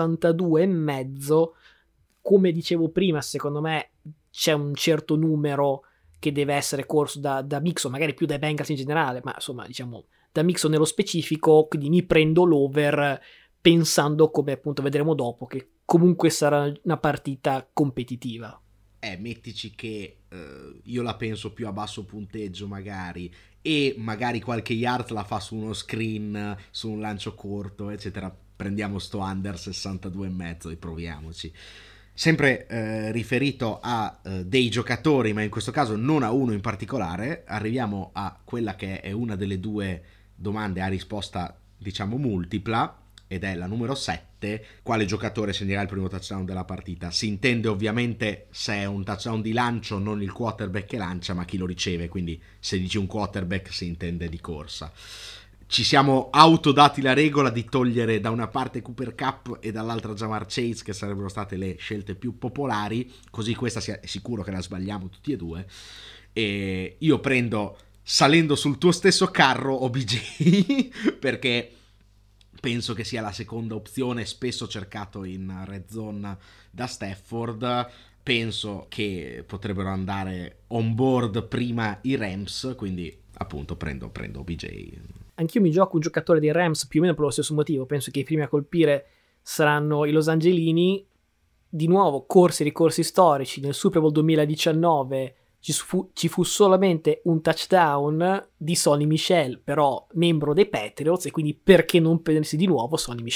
62,5. Come dicevo prima, secondo me c'è un certo numero che deve essere corso da Mixon, magari più dai Bengals in generale, ma insomma diciamo da Mixon nello specifico, quindi mi prendo l'over pensando, come appunto vedremo dopo, che comunque sarà una partita competitiva. Mettici che io la penso più a basso punteggio magari, e magari qualche yard la fa su uno screen, su un lancio corto eccetera, prendiamo sto under 62,5 e proviamoci. Sempre riferito a dei giocatori, ma in questo caso non a uno in particolare, arriviamo a quella che è una delle 2 domande a risposta diciamo multipla, ed è la numero 7: quale giocatore segnerà il primo touchdown della partita? Si intende ovviamente se è un touchdown di lancio, non il quarterback che lancia, ma chi lo riceve, quindi se dici un quarterback si intende di corsa. Ci siamo autodati la regola di togliere da una parte Cooper Kupp e dall'altra Ja'Marr Chase, che sarebbero state le scelte più popolari, così questa è sicuro che la sbagliamo tutti e 2, e io prendo, salendo sul tuo stesso carro, OBJ perché penso che sia la seconda opzione, spesso cercato in red zone da Stafford. Penso che potrebbero andare on board prima i Rams, quindi appunto prendo OBJ. Anch'io mi gioco un giocatore dei Rams più o meno per lo stesso motivo. Penso che i primi a colpire saranno i Los Angelini. Di nuovo corsi e ricorsi storici. Nel Super Bowl 2019 ci fu solamente un touchdown di Sonny Michel, però membro dei Patriots, e quindi perché non prendersi di nuovo Sonny Michel?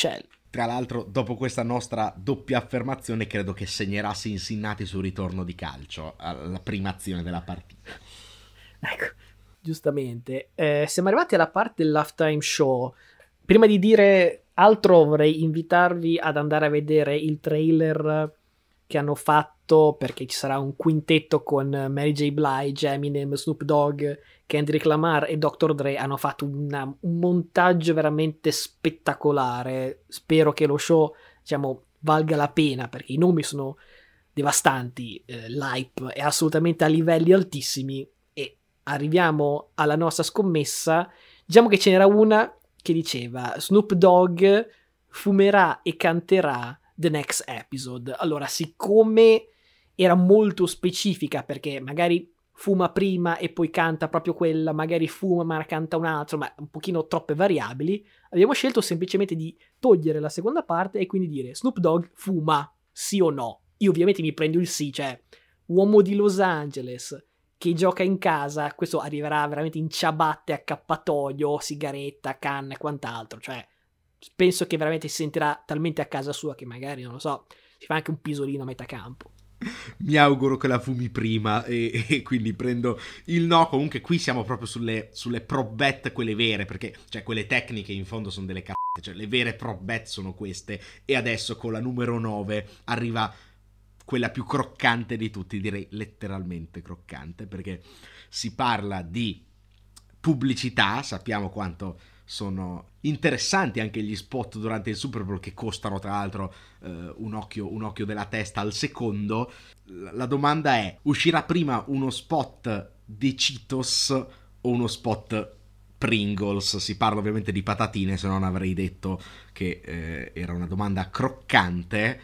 Tra l'altro, dopo questa nostra doppia affermazione, credo che segnerà Cincinnati sul ritorno di calcio, alla prima azione della partita. Ecco, giustamente. Siamo arrivati alla parte dell'halftime show. Prima di dire altro vorrei invitarvi ad andare a vedere il trailer che hanno fatto, perché ci sarà un quintetto con Mary J. Blige, Eminem, Snoop Dogg, Kendrick Lamar e Dr. Dre. Hanno fatto un montaggio veramente spettacolare. Spero che lo show, diciamo, valga la pena, perché i nomi sono devastanti, l'hype è assolutamente a livelli altissimi. E arriviamo alla nostra scommessa. Diciamo che ce n'era una che diceva Snoop Dogg fumerà e canterà The Next Episode. Allora, siccome era molto specifica, perché magari fuma prima e poi canta proprio quella, magari fuma ma canta un altro, ma un pochino troppe variabili, abbiamo scelto semplicemente di togliere la seconda parte e quindi dire Snoop Dogg fuma, sì o no? Io ovviamente mi prendo il sì, cioè uomo di Los Angeles che gioca in casa, questo arriverà veramente in ciabatte, accappatoio, sigaretta, canna e quant'altro, cioè penso che veramente si sentirà talmente a casa sua che magari, non lo so, si fa anche un pisolino a metà campo. Mi auguro che la fumi prima e quindi prendo il no. Comunque qui siamo proprio sulle prop bet, quelle vere, perché cioè quelle tecniche in fondo sono delle cazzate, cioè le vere prop bet sono queste. E adesso con la numero 9 arriva quella più croccante di tutti, direi letteralmente croccante, perché si parla di pubblicità. Sappiamo quanto sono interessanti anche gli spot durante il Super Bowl, che costano tra l'altro un occhio della testa al secondo. La domanda è: uscirà prima uno spot di Cheetos o uno spot Pringles? Si parla ovviamente di patatine, se non avrei detto che era una domanda croccante.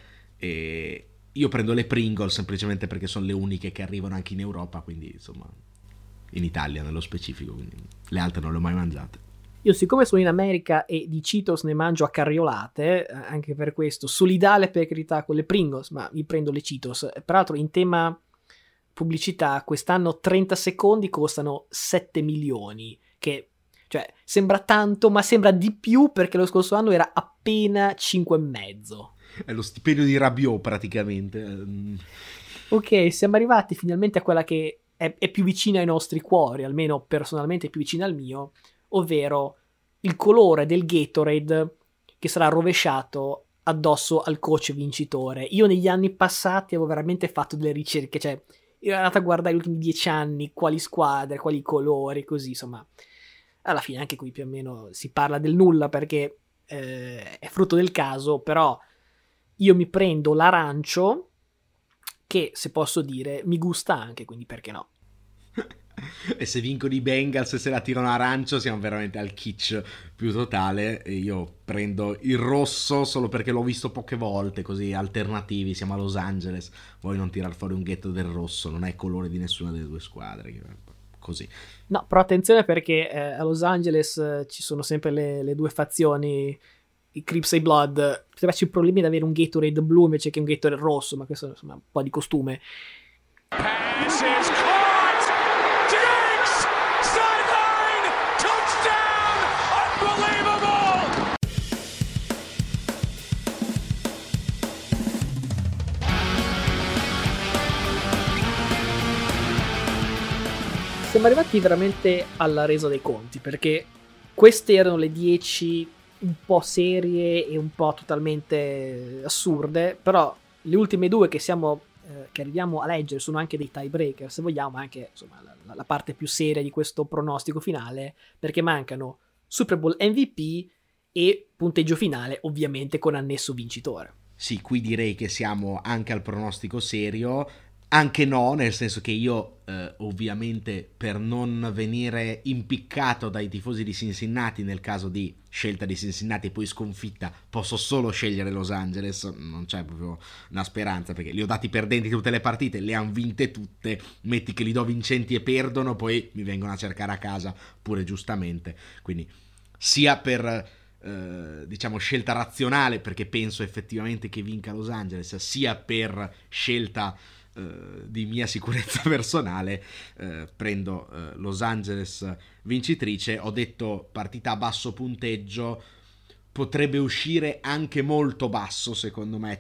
E io prendo le Pringles semplicemente perché sono le uniche che arrivano anche in Europa, quindi insomma in Italia nello specifico, quindi le altre non le ho mai mangiate. Io siccome sono in America e di Cheetos ne mangio a carriolate, anche per questo, solidale per carità con le Pringles, ma mi prendo le Cheetos. Peraltro in tema pubblicità, quest'anno 30 secondi costano 7 milioni, che cioè sembra tanto, ma sembra di più perché lo scorso anno era appena 5,5. È lo stipendio di Rabiot praticamente. Ok, siamo arrivati finalmente a quella che è più vicina ai nostri cuori, almeno personalmente è più vicina al mio, ovvero il colore del Gatorade che sarà rovesciato addosso al coach vincitore. Io negli anni passati avevo veramente fatto delle ricerche, cioè ero andato a guardare gli ultimi 10 anni, quali squadre, quali colori, così, insomma. Alla fine anche qui più o meno si parla del nulla perché è frutto del caso, però io mi prendo l'arancio, che se posso dire mi gusta anche, quindi perché no? E se vincono i Bengals e se la tirano arancio siamo veramente al kitsch più totale. E io prendo il rosso solo perché l'ho visto poche volte, così alternativi, siamo a Los Angeles, vuoi non tirar fuori un ghetto del rosso, non è il colore di nessuna delle due squadre, così. No, però attenzione perché a Los Angeles ci sono sempre le due fazioni, i Crips e i Blood. Potrebbe esserci problemi ad avere un Gatorade blu invece che un Gatorade rosso, ma questo insomma è un po' di costume. Siamo arrivati veramente alla resa dei conti, perché queste erano le 10 un po' serie e un po' totalmente assurde, però le ultime due che arriviamo a leggere sono anche dei tiebreaker, se vogliamo, anche insomma la parte più seria di questo pronostico finale, perché mancano Super Bowl MVP e punteggio finale, ovviamente con annesso vincitore. Sì, qui direi che siamo anche al pronostico serio. Anche no, nel senso che io ovviamente, per non venire impiccato dai tifosi di Cincinnati nel caso di scelta di Cincinnati e poi sconfitta, posso solo scegliere Los Angeles, non c'è proprio una speranza perché li ho dati perdenti tutte le partite, le han vinte tutte, metti che li do vincenti e perdono, poi mi vengono a cercare a casa pure giustamente, quindi sia per diciamo scelta razionale perché penso effettivamente che vinca Los Angeles, sia per scelta di mia sicurezza personale, prendo Los Angeles vincitrice. Ho detto partita a basso punteggio potrebbe uscire anche molto basso, secondo me.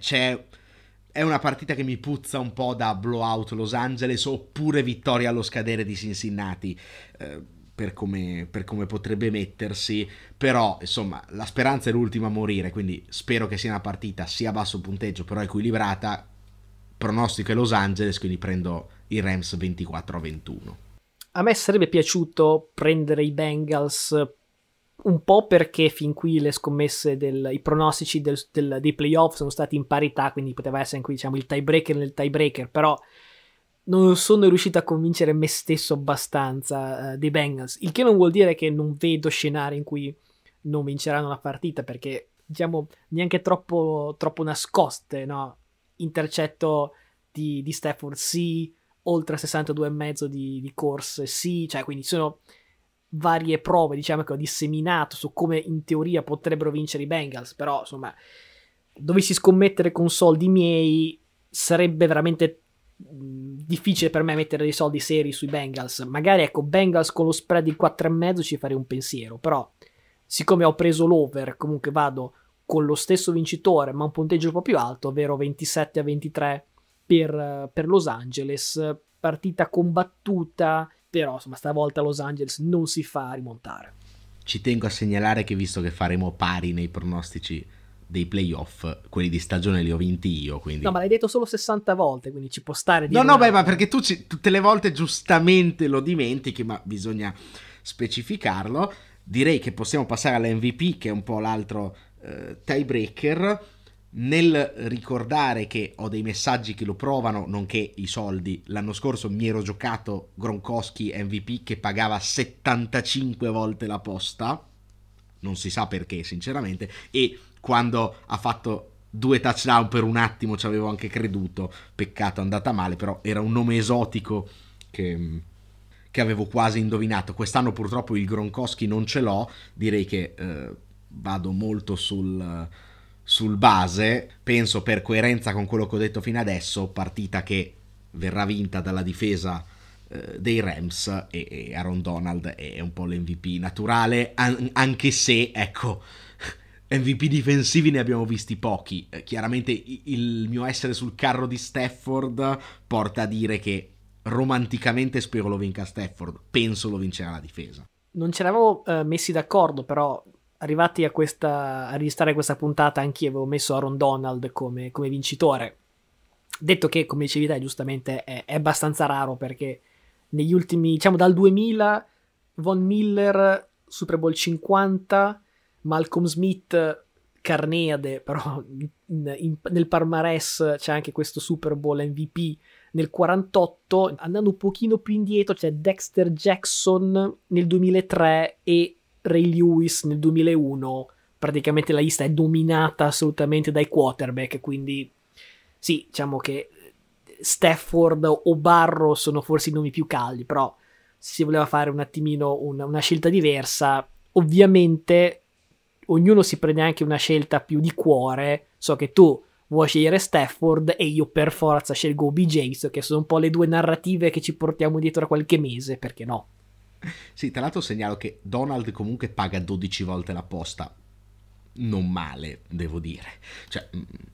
È una partita che mi puzza un po' da blowout Los Angeles oppure vittoria allo scadere di Cincinnati, per come potrebbe mettersi. Però insomma la speranza è l'ultima a morire, quindi spero che sia una partita sia a basso punteggio però equilibrata. Pronostico è Los Angeles, quindi prendo i Rams 24-21. A me sarebbe piaciuto prendere i Bengals un po' perché fin qui le scommesse, i pronostici dei playoff sono stati in parità, quindi poteva essere anche, diciamo, il tiebreaker nel tiebreaker, però non sono riuscito a convincere me stesso abbastanza dei Bengals, il che non vuol dire che non vedo scenari in cui non vinceranno la partita, perché diciamo neanche troppo nascoste, no? Intercetto di Stafford sì, oltre 62,5 di corse sì, cioè quindi sono varie prove, diciamo, che ho disseminato su come in teoria potrebbero vincere i Bengals, però insomma dovessi scommettere con soldi miei sarebbe veramente difficile per me mettere dei soldi seri sui Bengals. Magari ecco, Bengals con lo spread di 4,5 ci farei un pensiero, però siccome ho preso l'over comunque vado con lo stesso vincitore ma un punteggio un po' più alto, ovvero 27-23 per Los Angeles. Partita combattuta, però insomma stavolta Los Angeles non si fa rimontare. Ci tengo a segnalare che, visto che faremo pari nei pronostici dei playoff, quelli di stagione li ho vinti io, quindi... No, ma l'hai detto solo 60 volte, quindi ci può stare di No, ma perché tu tutte le volte giustamente lo dimentichi, ma bisogna specificarlo. Direi che possiamo passare all'MVP, che è un po' l'altro tiebreaker, nel ricordare che ho dei messaggi che lo provano, nonché i soldi. L'anno scorso mi ero giocato Gronkowski MVP che pagava 75 volte la posta, non si sa perché sinceramente, e quando ha fatto 2 touchdown per un attimo ci avevo anche creduto, peccato è andata male, però era un nome esotico che avevo quasi indovinato. Quest'anno purtroppo il Gronkowski non ce l'ho, direi che vado molto sul base, penso per coerenza con quello che ho detto fino adesso, partita che verrà vinta dalla difesa dei Rams, e Aaron Donald è un po' l'MVP naturale, anche se ecco, MVP difensivi ne abbiamo visti pochi. Chiaramente il mio essere sul carro di Stafford porta a dire che romanticamente spero lo vinca Stafford, penso lo vincerà la difesa. Non ci eravamo messi d'accordo, però arrivati a registrare questa puntata anch'io avevo messo Aaron Donald come vincitore. Detto che, come dicevi te, giustamente è abbastanza raro, perché negli ultimi, diciamo dal 2000, Von Miller Super Bowl 50, Malcolm Smith Carneade, però nel palmarès c'è anche questo Super Bowl MVP nel 48. Andando un pochino più indietro c'è Dexter Jackson nel 2003 e Ray Lewis nel 2001. Praticamente la lista è dominata assolutamente dai quarterback, quindi sì, diciamo che Stafford o Barrow sono forse i nomi più caldi, però se si voleva fare un attimino una scelta diversa, ovviamente ognuno si prende anche una scelta più di cuore. So che tu vuoi scegliere Stafford e io per forza scelgo OBJ, che sono un po' le due narrative che ci portiamo dietro da qualche mese, perché no? Sì, tra l'altro segnalo che Donald comunque paga 12 volte la posta. Non male, devo dire. Cioè,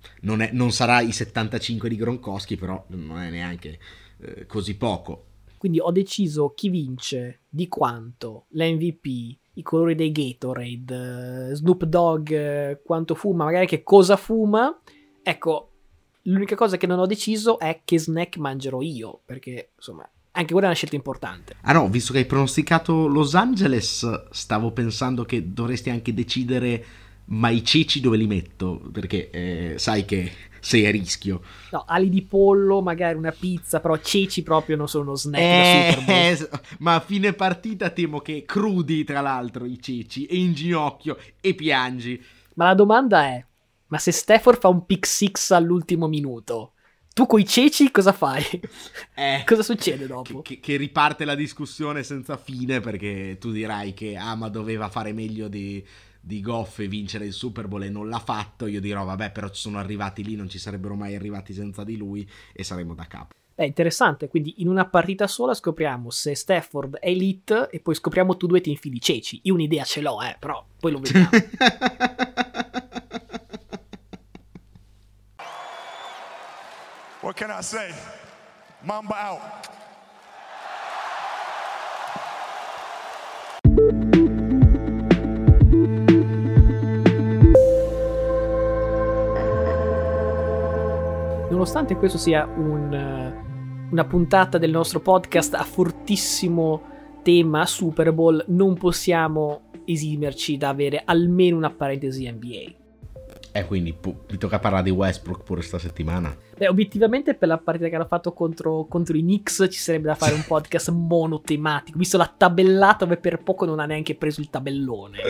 non sarà i 75 di Gronkowski, però non è neanche così poco. Quindi ho deciso chi vince, di quanto, l'MVP, i colori dei Gatorade, Snoop Dogg, quanto fuma, magari che cosa fuma. Ecco, l'unica cosa che non ho deciso è che snack mangerò io, perché insomma anche quella è una scelta importante. Ah no, visto che hai pronosticato Los Angeles, stavo pensando che dovresti anche decidere, ma i ceci dove li metto? Perché sai che sei a rischio. No, ali di pollo, magari una pizza, però ceci proprio non sono uno snack da Super Bowl. Ma a fine partita temo che crudi, tra l'altro, i ceci, e in ginocchio, e piangi. Ma la domanda è, ma se Stafford fa un pick six all'ultimo minuto, tu coi ceci cosa fai? Cosa succede dopo? Che riparte la discussione senza fine, perché tu dirai che ma doveva fare meglio di Goff e vincere il Super Bowl e non l'ha fatto. Io dirò vabbè, però ci sono arrivati lì, non ci sarebbero mai arrivati senza di lui, e saremmo da capo. È interessante, quindi in una partita sola scopriamo se Stafford è elite e poi scopriamo tu due ti infili ceci. Io un'idea ce l'ho, però poi lo vediamo. I say? Mamba out. Nonostante questo sia una puntata del nostro podcast a fortissimo tema Super Bowl, non possiamo esimerci da avere almeno una parentesi NBA. Quindi mi tocca parlare di Westbrook pure sta settimana. Beh, obiettivamente per la partita che hanno fatto contro i Knicks ci sarebbe da fare un podcast monotematico, visto la tabellata dove per poco non ha neanche preso il tabellone.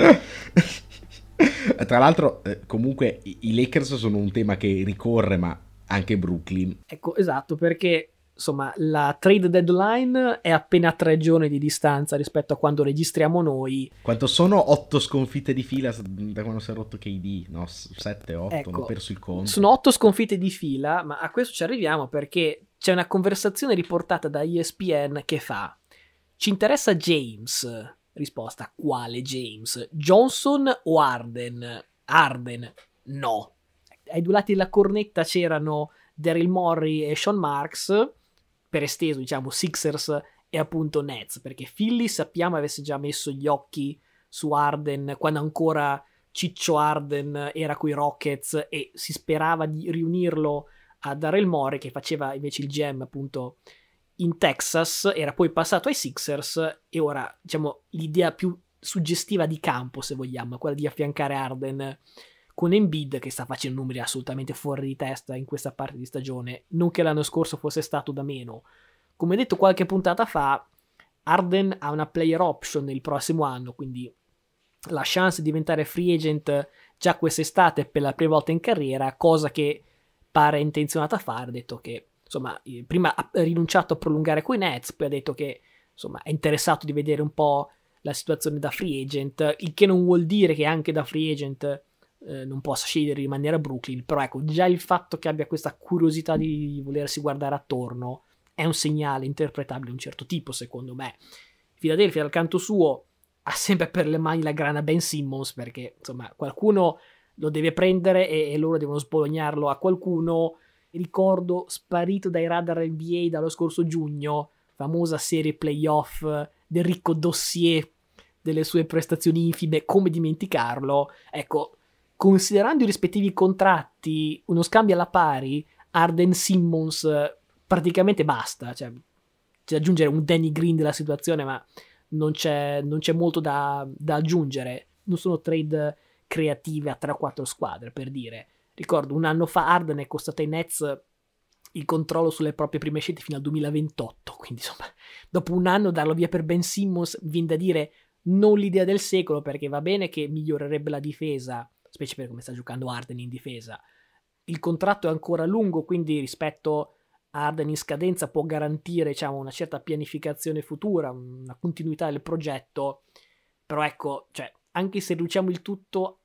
Tra l'altro, comunque, i Lakers sono un tema che ricorre, ma anche Brooklyn. Ecco, esatto, perché insomma la trade deadline è appena 3 giorni di distanza rispetto a quando registriamo noi. Quanto sono 8 sconfitte di fila da quando si è rotto KD? No, 7, 8, ecco, non ho perso il conto. Sono 8 sconfitte di fila, ma a questo ci arriviamo perché c'è una conversazione riportata da ESPN che fa: ci interessa James? Risposta: quale James? Johnson o Harden? Harden, no. Ai due lati della cornetta c'erano Daryl Morey e Sean Marks, per esteso diciamo Sixers e appunto Nets, perché Philly sappiamo avesse già messo gli occhi su Harden quando ancora Ciccio Harden era coi Rockets e si sperava di riunirlo a Daryl Morey, che faceva invece il GM appunto in Texas, era poi passato ai Sixers e ora diciamo l'idea più suggestiva di campo, se vogliamo, è quella di affiancare Harden con Embiid, che sta facendo numeri assolutamente fuori di testa in questa parte di stagione, non che l'anno scorso fosse stato da meno. Come detto qualche puntata fa, Harden ha una player option il prossimo anno, quindi la chance di diventare free agent già quest'estate per la prima volta in carriera, cosa che pare intenzionata a fare. Ha detto che insomma prima ha rinunciato a prolungare coi Nets, poi ha detto che insomma è interessato di vedere un po' la situazione da free agent, il che non vuol dire che anche da free agent non possa scegliere di rimanere a Brooklyn, però ecco, già il fatto che abbia questa curiosità di volersi guardare attorno è un segnale interpretabile di un certo tipo, secondo me. Philadelphia dal canto suo ha sempre per le mani la grana Ben Simmons, perché insomma qualcuno lo deve prendere e loro devono sbolognarlo a qualcuno. Ricordo sparito dai radar NBA dallo scorso giugno, famosa serie playoff del ricco dossier delle sue prestazioni infime, come dimenticarlo. Ecco, considerando i rispettivi contratti, uno scambio alla pari, Harden-Simmons praticamente basta, cioè c'è da aggiungere un Danny Green della situazione, ma non c'è molto da aggiungere. Non sono trade creative a 3 o 4 squadre, per dire. Ricordo, un anno fa Harden è costato ai Nets il controllo sulle proprie prime scelte fino al 2028, quindi insomma dopo un anno darlo via per Ben Simmons viene da dire non l'idea del secolo, perché va bene che migliorerebbe la difesa, specie per come sta giocando Harden in difesa. Il contratto è ancora lungo, quindi rispetto a Harden in scadenza può garantire, diciamo, una certa pianificazione futura, una continuità del progetto, però ecco, cioè, anche se riduciamo il tutto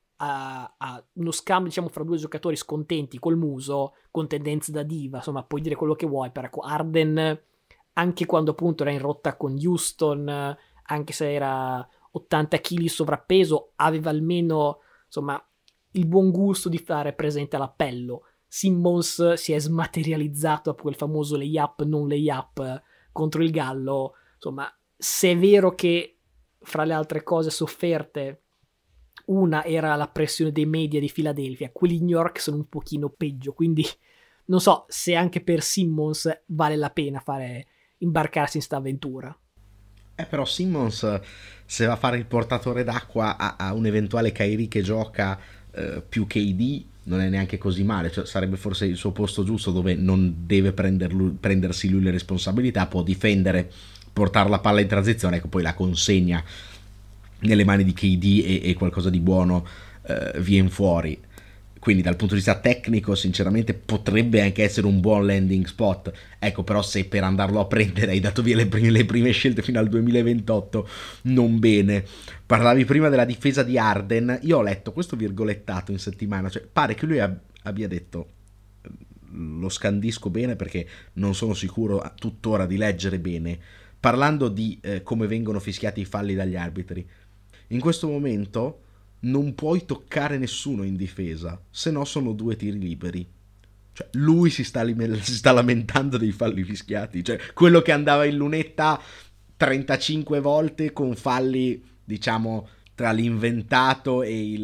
a uno scambio, diciamo, fra due giocatori scontenti col muso, con tendenze da diva, insomma, puoi dire quello che vuoi, però ecco, Harden, anche quando appunto era in rotta con Houston, anche se era 80 kg sovrappeso, aveva almeno, insomma, il buon gusto di fare presente all'appello. Simmons si è smaterializzato a quel famoso layup non layup contro il Gallo. Insomma, se è vero che fra le altre cose sofferte una era la pressione dei media di Philadelphia, quelli di New York sono un pochino peggio, quindi non so se anche per Simmons vale la pena imbarcarsi in sta avventura. Però Simmons, se va a fare il portatore d'acqua a un eventuale Kyrie che gioca più KD, non è neanche così male, cioè, sarebbe forse il suo posto giusto, dove non deve prendersi lui le responsabilità, può difendere, portare la palla in transizione, ecco, poi la consegna nelle mani di KD e qualcosa di buono viene fuori. Quindi dal punto di vista tecnico sinceramente potrebbe anche essere un buon landing spot, ecco, però se per andarlo a prendere hai dato via le prime scelte fino al 2028, non bene. Parlavi prima della difesa di Harden, io ho letto questo virgolettato in settimana, cioè pare che lui abbia detto, lo scandisco bene perché non sono sicuro tuttora di leggere bene, parlando di come vengono fischiati i falli dagli arbitri: in questo momento non puoi toccare nessuno in difesa, se no sono 2 tiri liberi. Cioè, lui si sta lamentando dei falli fischiati. Cioè, quello che andava in lunetta 35 volte con falli, diciamo, tra l'inventato e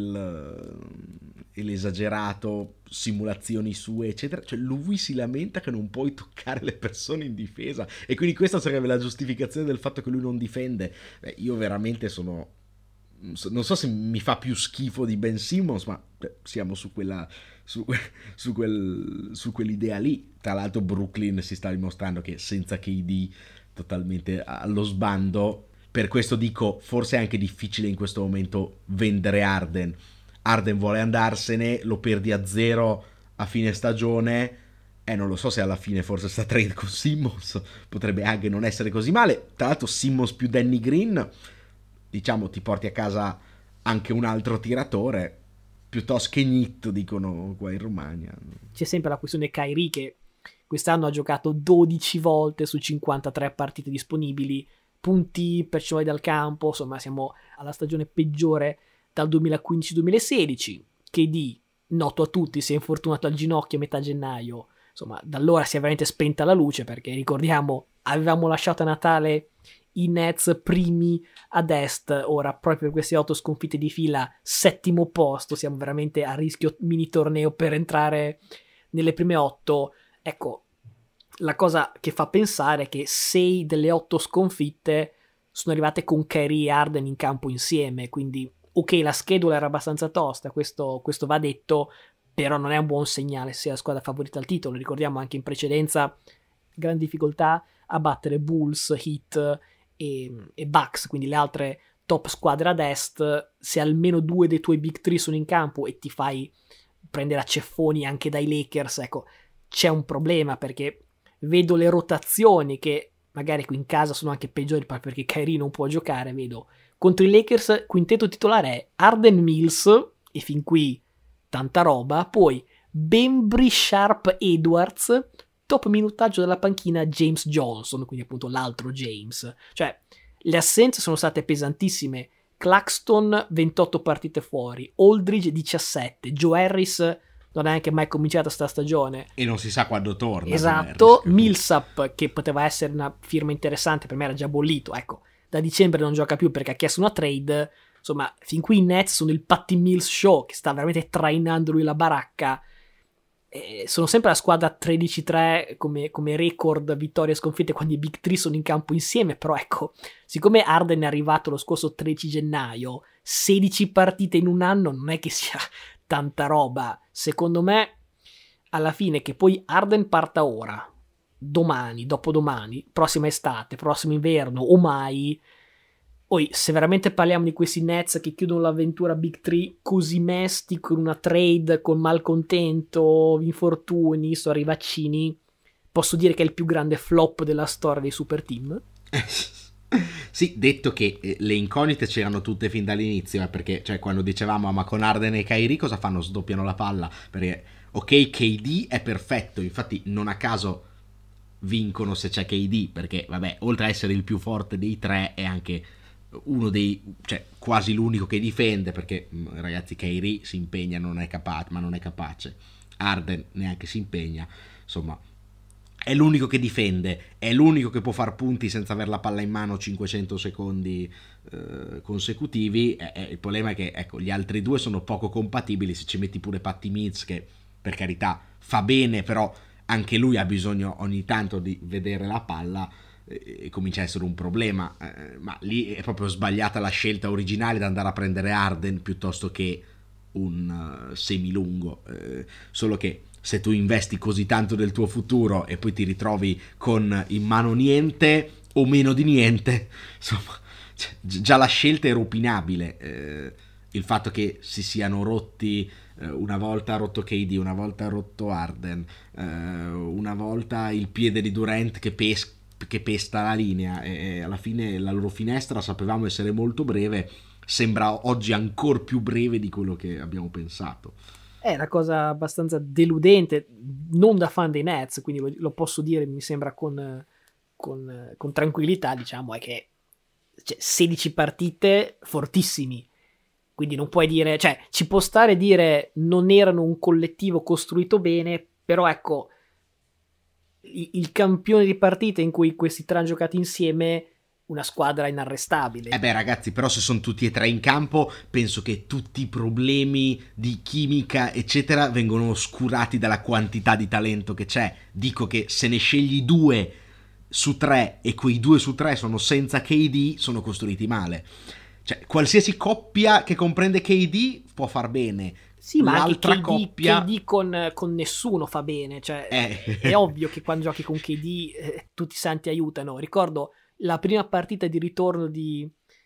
l'esagerato, simulazioni sue, eccetera. Cioè, lui si lamenta che non puoi toccare le persone in difesa. E quindi questa sarebbe la giustificazione del fatto che lui non difende. Io veramente sono... Non so se mi fa più schifo di Ben Simmons, ma siamo su quella... Su quell'idea lì. Tra l'altro Brooklyn si sta dimostrando che senza KD totalmente allo sbando. Per questo dico, forse è anche difficile in questo momento vendere Harden. Harden vuole andarsene, lo perdi a 0 a fine stagione, e non lo so se alla fine forse sta trade con Simmons potrebbe anche non essere così male. Tra l'altro Simmons più Danny Green, diciamo, ti porti a casa anche un altro tiratore, piuttosto che Nitto, dicono qua in Romagna. C'è sempre la questione Kyrie, che quest'anno ha giocato 12 volte su 53 partite disponibili, punti, percentuali dal campo, insomma siamo alla stagione peggiore dal 2015-2016. KD, noto a tutti, si è infortunato al ginocchio a metà gennaio, insomma da allora si è veramente spenta la luce, perché ricordiamo avevamo lasciato a Natale i Nets primi ad est, ora proprio per queste 8 sconfitte di fila 7° posto, siamo veramente a rischio mini torneo per entrare nelle prime 8. Ecco, la cosa che fa pensare è che 6 delle 8 sconfitte sono arrivate con Kyrie e Harden in campo insieme, quindi ok, la schedula era abbastanza tosta, questo va detto, però non è un buon segnale se è la squadra favorita al titolo. Ricordiamo anche in precedenza gran difficoltà a battere Bulls, Heat e Bucks, quindi le altre top squadre ad est. Se almeno 2 dei tuoi big 3 sono in campo e ti fai prendere a ceffoni anche dai Lakers, ecco, c'è un problema, perché vedo le rotazioni che magari qui in casa sono anche peggiori perché Kyrie non può giocare. Vedo contro i Lakers quintetto titolare è Harden, Mills, e fin qui tanta roba, poi Bembry, Sharp, Edwards, top minutaggio della panchina James Johnson, quindi appunto l'altro James. Cioè le assenze sono state pesantissime. Claxton 28 partite fuori, Aldridge 17, Joe Harris non è neanche mai cominciata sta stagione e non si sa quando torna. Esatto. Millsap, che poteva essere una firma interessante, per me era già bollito, ecco, da dicembre non gioca più perché ha chiesto una trade. Insomma, fin qui i Nets sono il Patty Mills show, che sta veramente trainando lui la baracca. Sono sempre la squadra 13-3 come record vittorie e sconfitte quando i Big 3 sono in campo insieme, però ecco, siccome Harden è arrivato lo scorso 13 gennaio, 16 partite in un anno non è che sia tanta roba. Secondo me, alla fine, che poi Harden parta ora, domani, dopodomani, prossima estate, prossimo inverno o mai, poi se veramente parliamo di questi Nets che chiudono l'avventura Big 3 così mesti, con una trade, con malcontento, infortuni, storie vaccini, posso dire che è il più grande flop della storia dei super team? Sì, detto che le incognite c'erano tutte fin dall'inizio, perché cioè, quando dicevamo ma con Harden e Kyrie cosa fanno? Sdoppiano la palla, perché ok, KD è perfetto, infatti non a caso vincono se c'è KD, perché vabbè, oltre a essere il più forte dei tre è anche uno dei, cioè quasi l'unico che difende, perché ragazzi, Kyrie si impegna, non è capace, Harden neanche si impegna, insomma è l'unico che difende, è l'unico che può far punti senza aver la palla in mano 500 secondi consecutivi. Il problema è che ecco, gli altri due sono poco compatibili. Se ci metti pure Patty Mills, che per carità fa bene, però anche lui ha bisogno ogni tanto di vedere la palla, e comincia a essere un problema. Ma lì è proprio sbagliata la scelta originale di andare a prendere Harden piuttosto che un semilungo, solo che se tu investi così tanto del tuo futuro e poi ti ritrovi con in mano niente o meno di niente, insomma, già la scelta era opinabile. Il fatto che si siano rotti, una volta ha rotto KD, una volta ha rotto Harden, una volta il piede di Durant che pesta la linea, e alla fine la loro finestra sapevamo essere molto breve, sembra oggi ancora più breve di quello che abbiamo pensato. È una cosa abbastanza deludente, non da fan dei Nets, quindi lo posso dire, mi sembra con tranquillità, diciamo, è che 16 partite fortissimi, quindi non puoi dire, cioè ci può stare dire non erano un collettivo costruito bene, Però ecco, il campione di partita in cui questi tre hanno giocato insieme, una squadra inarrestabile. Beh ragazzi, però se sono tutti e tre in campo, penso che tutti i problemi di chimica eccetera vengono oscurati dalla quantità di talento che c'è. Dico che se ne scegli 2 su 3 e quei 2 su 3 sono senza KD, sono costruiti male. Cioè, qualsiasi coppia che comprende KD può far bene. Sì, ma l'altra anche coppia KD con nessuno fa bene, cioè è ovvio che quando giochi con KD tutti i santi aiutano. Ricordo la prima partita di ritorno di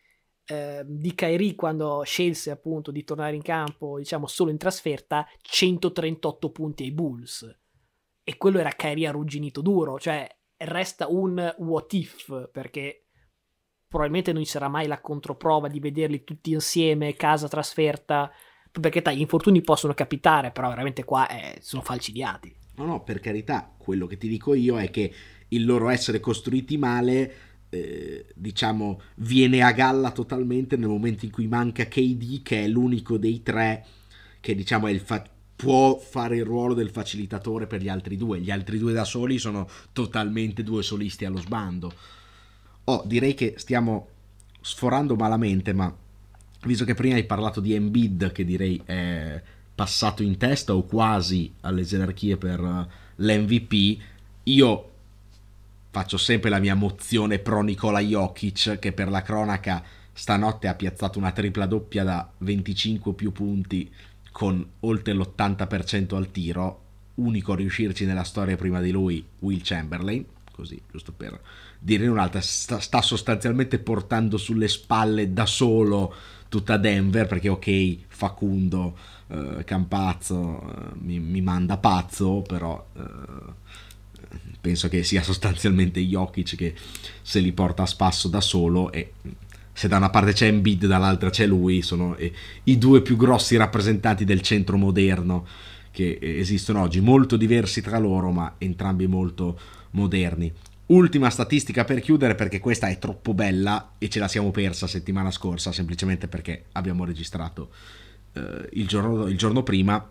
Kyrie, quando scelse appunto di tornare in campo, diciamo solo in trasferta, 138 punti ai Bulls, e quello era Kyrie arrugginito duro, cioè resta un what if, perché probabilmente non ci sarà mai la controprova di vederli tutti insieme, casa trasferta, perché gli infortuni possono capitare, però veramente qua sono falcidiati. No, per carità, quello che ti dico io è che il loro essere costruiti male, diciamo, viene a galla totalmente nel momento in cui manca KD, che è l'unico dei tre che, diciamo, può fare il ruolo del facilitatore per gli altri due. Gli altri due da soli sono totalmente due solisti allo sbando. Direi che stiamo sforando malamente, ma visto che prima hai parlato di Embiid, che direi è passato in testa o quasi alle gerarchie per l'MVP, io faccio sempre la mia mozione pro Nikola Jokic, che per la cronaca stanotte ha piazzato una tripla doppia da 25 più punti con oltre l'80% al tiro, unico a riuscirci nella storia prima di lui, Will Chamberlain, così giusto per dire un'altra. Sta sostanzialmente portando sulle spalle da solo tutta Denver, perché ok, Facundo, Campazzo mi manda pazzo, però penso che sia sostanzialmente Jokic che se li porta a spasso da solo, e se da una parte c'è Embiid, dall'altra c'è lui, sono i due più grossi rappresentanti del centro moderno che esistono oggi, molto diversi tra loro ma entrambi molto moderni. Ultima statistica per chiudere, perché questa è troppo bella e ce la siamo persa settimana scorsa semplicemente perché abbiamo registrato il giorno prima.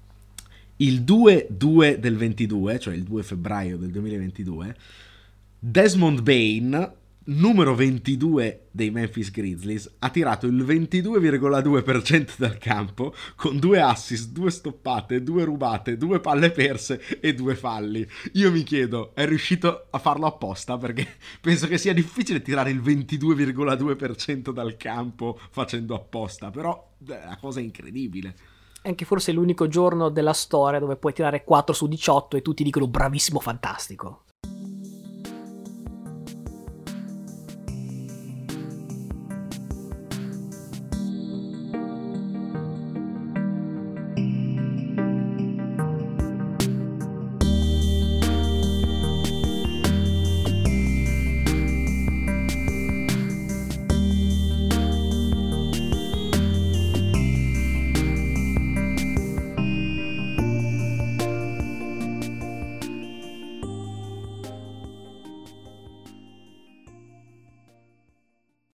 Il 2-2 del 22, cioè il 2 febbraio del 2022, Desmond Bane, numero 22 dei Memphis Grizzlies, ha tirato il 22,2% dal campo con 2 assist, 2 stoppate, 2 rubate, 2 palle perse e 2 falli. Io mi chiedo, è riuscito a farlo apposta? Perché penso che sia difficile tirare il 22,2% dal campo facendo apposta, però è una cosa incredibile. Anche forse l'unico giorno della storia dove puoi tirare 4 su 18 e tutti dicono bravissimo, fantastico.